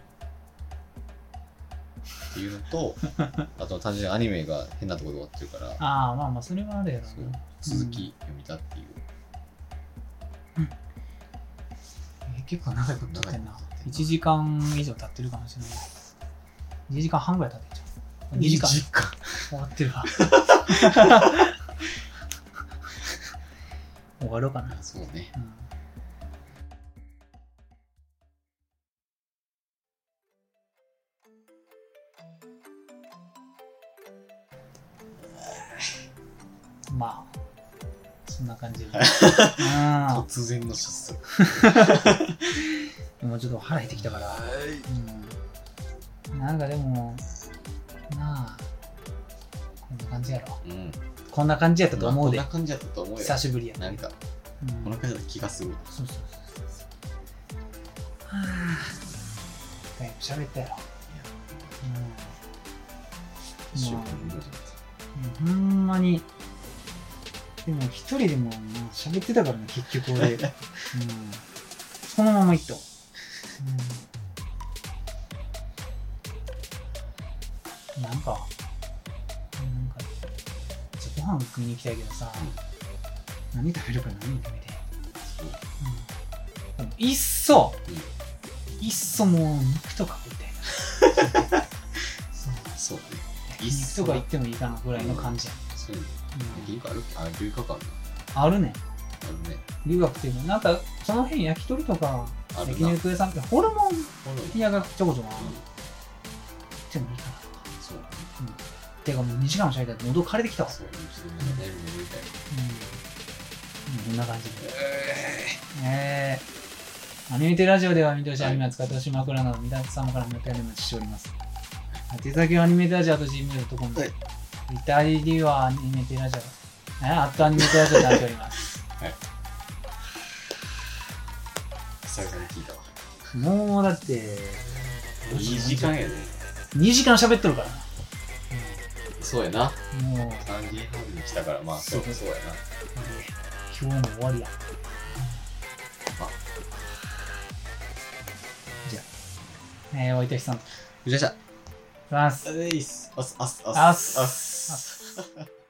っていうのと、あと単純にアニメが変なところで終わってるから。 ああ、まあまあそれはあるやろな。 続き読みたっていう。 結構長いこと撮ってんな。1時間以上経ってるかもしれない。1時間半ぐらい経ってんじゃん。2時間終わってるわ。終わろうかな。 そうね。 まあそんな感じで突然の失速。 もうちょっと腹減ってきたから、なんかでもなあこんな感じやろ、こんな感じやったと思うで。 こんな感じやったと思うよ。 久しぶりやなんかこんな感じだった気がする。 そうはあ喋ったやろ。ほんまにでも一人でも喋ってたからね結局俺。そのままいった。なんかご飯食いに行きたいけどさ、何食べるか何食べて、いっそもう肉とか食いたいな。 そうね。 肉とか行ってもいいかなぐらいの感じや。 留学ある？留学あるな。あるね。 あるね。 留学っていうのなんかその辺焼き鳥とか焼肉屋さんってホルモン屋がちょこちょこある。でもいいかな。そう。てかもう2時間もしゃべったら喉枯れてきたわ。そう。こんな感じで。アニメテラジオでは見てほしいアニメを使ってほしい枕など、皆様からのお便りお待ちしております。手先はアニメテラジオと gmail.com。イタリアはアニメテラジオ。アットアニメテラジオとなっております。はい。 久々に聞いたわ。 もうだって、 2時間やね。 2時間喋っとるからな。 そうやな。もう3時半に来たから、まあそうやな。 今日も終わりや。じゃあ、おいたしさん。 よっしゃ。 ます。 あす。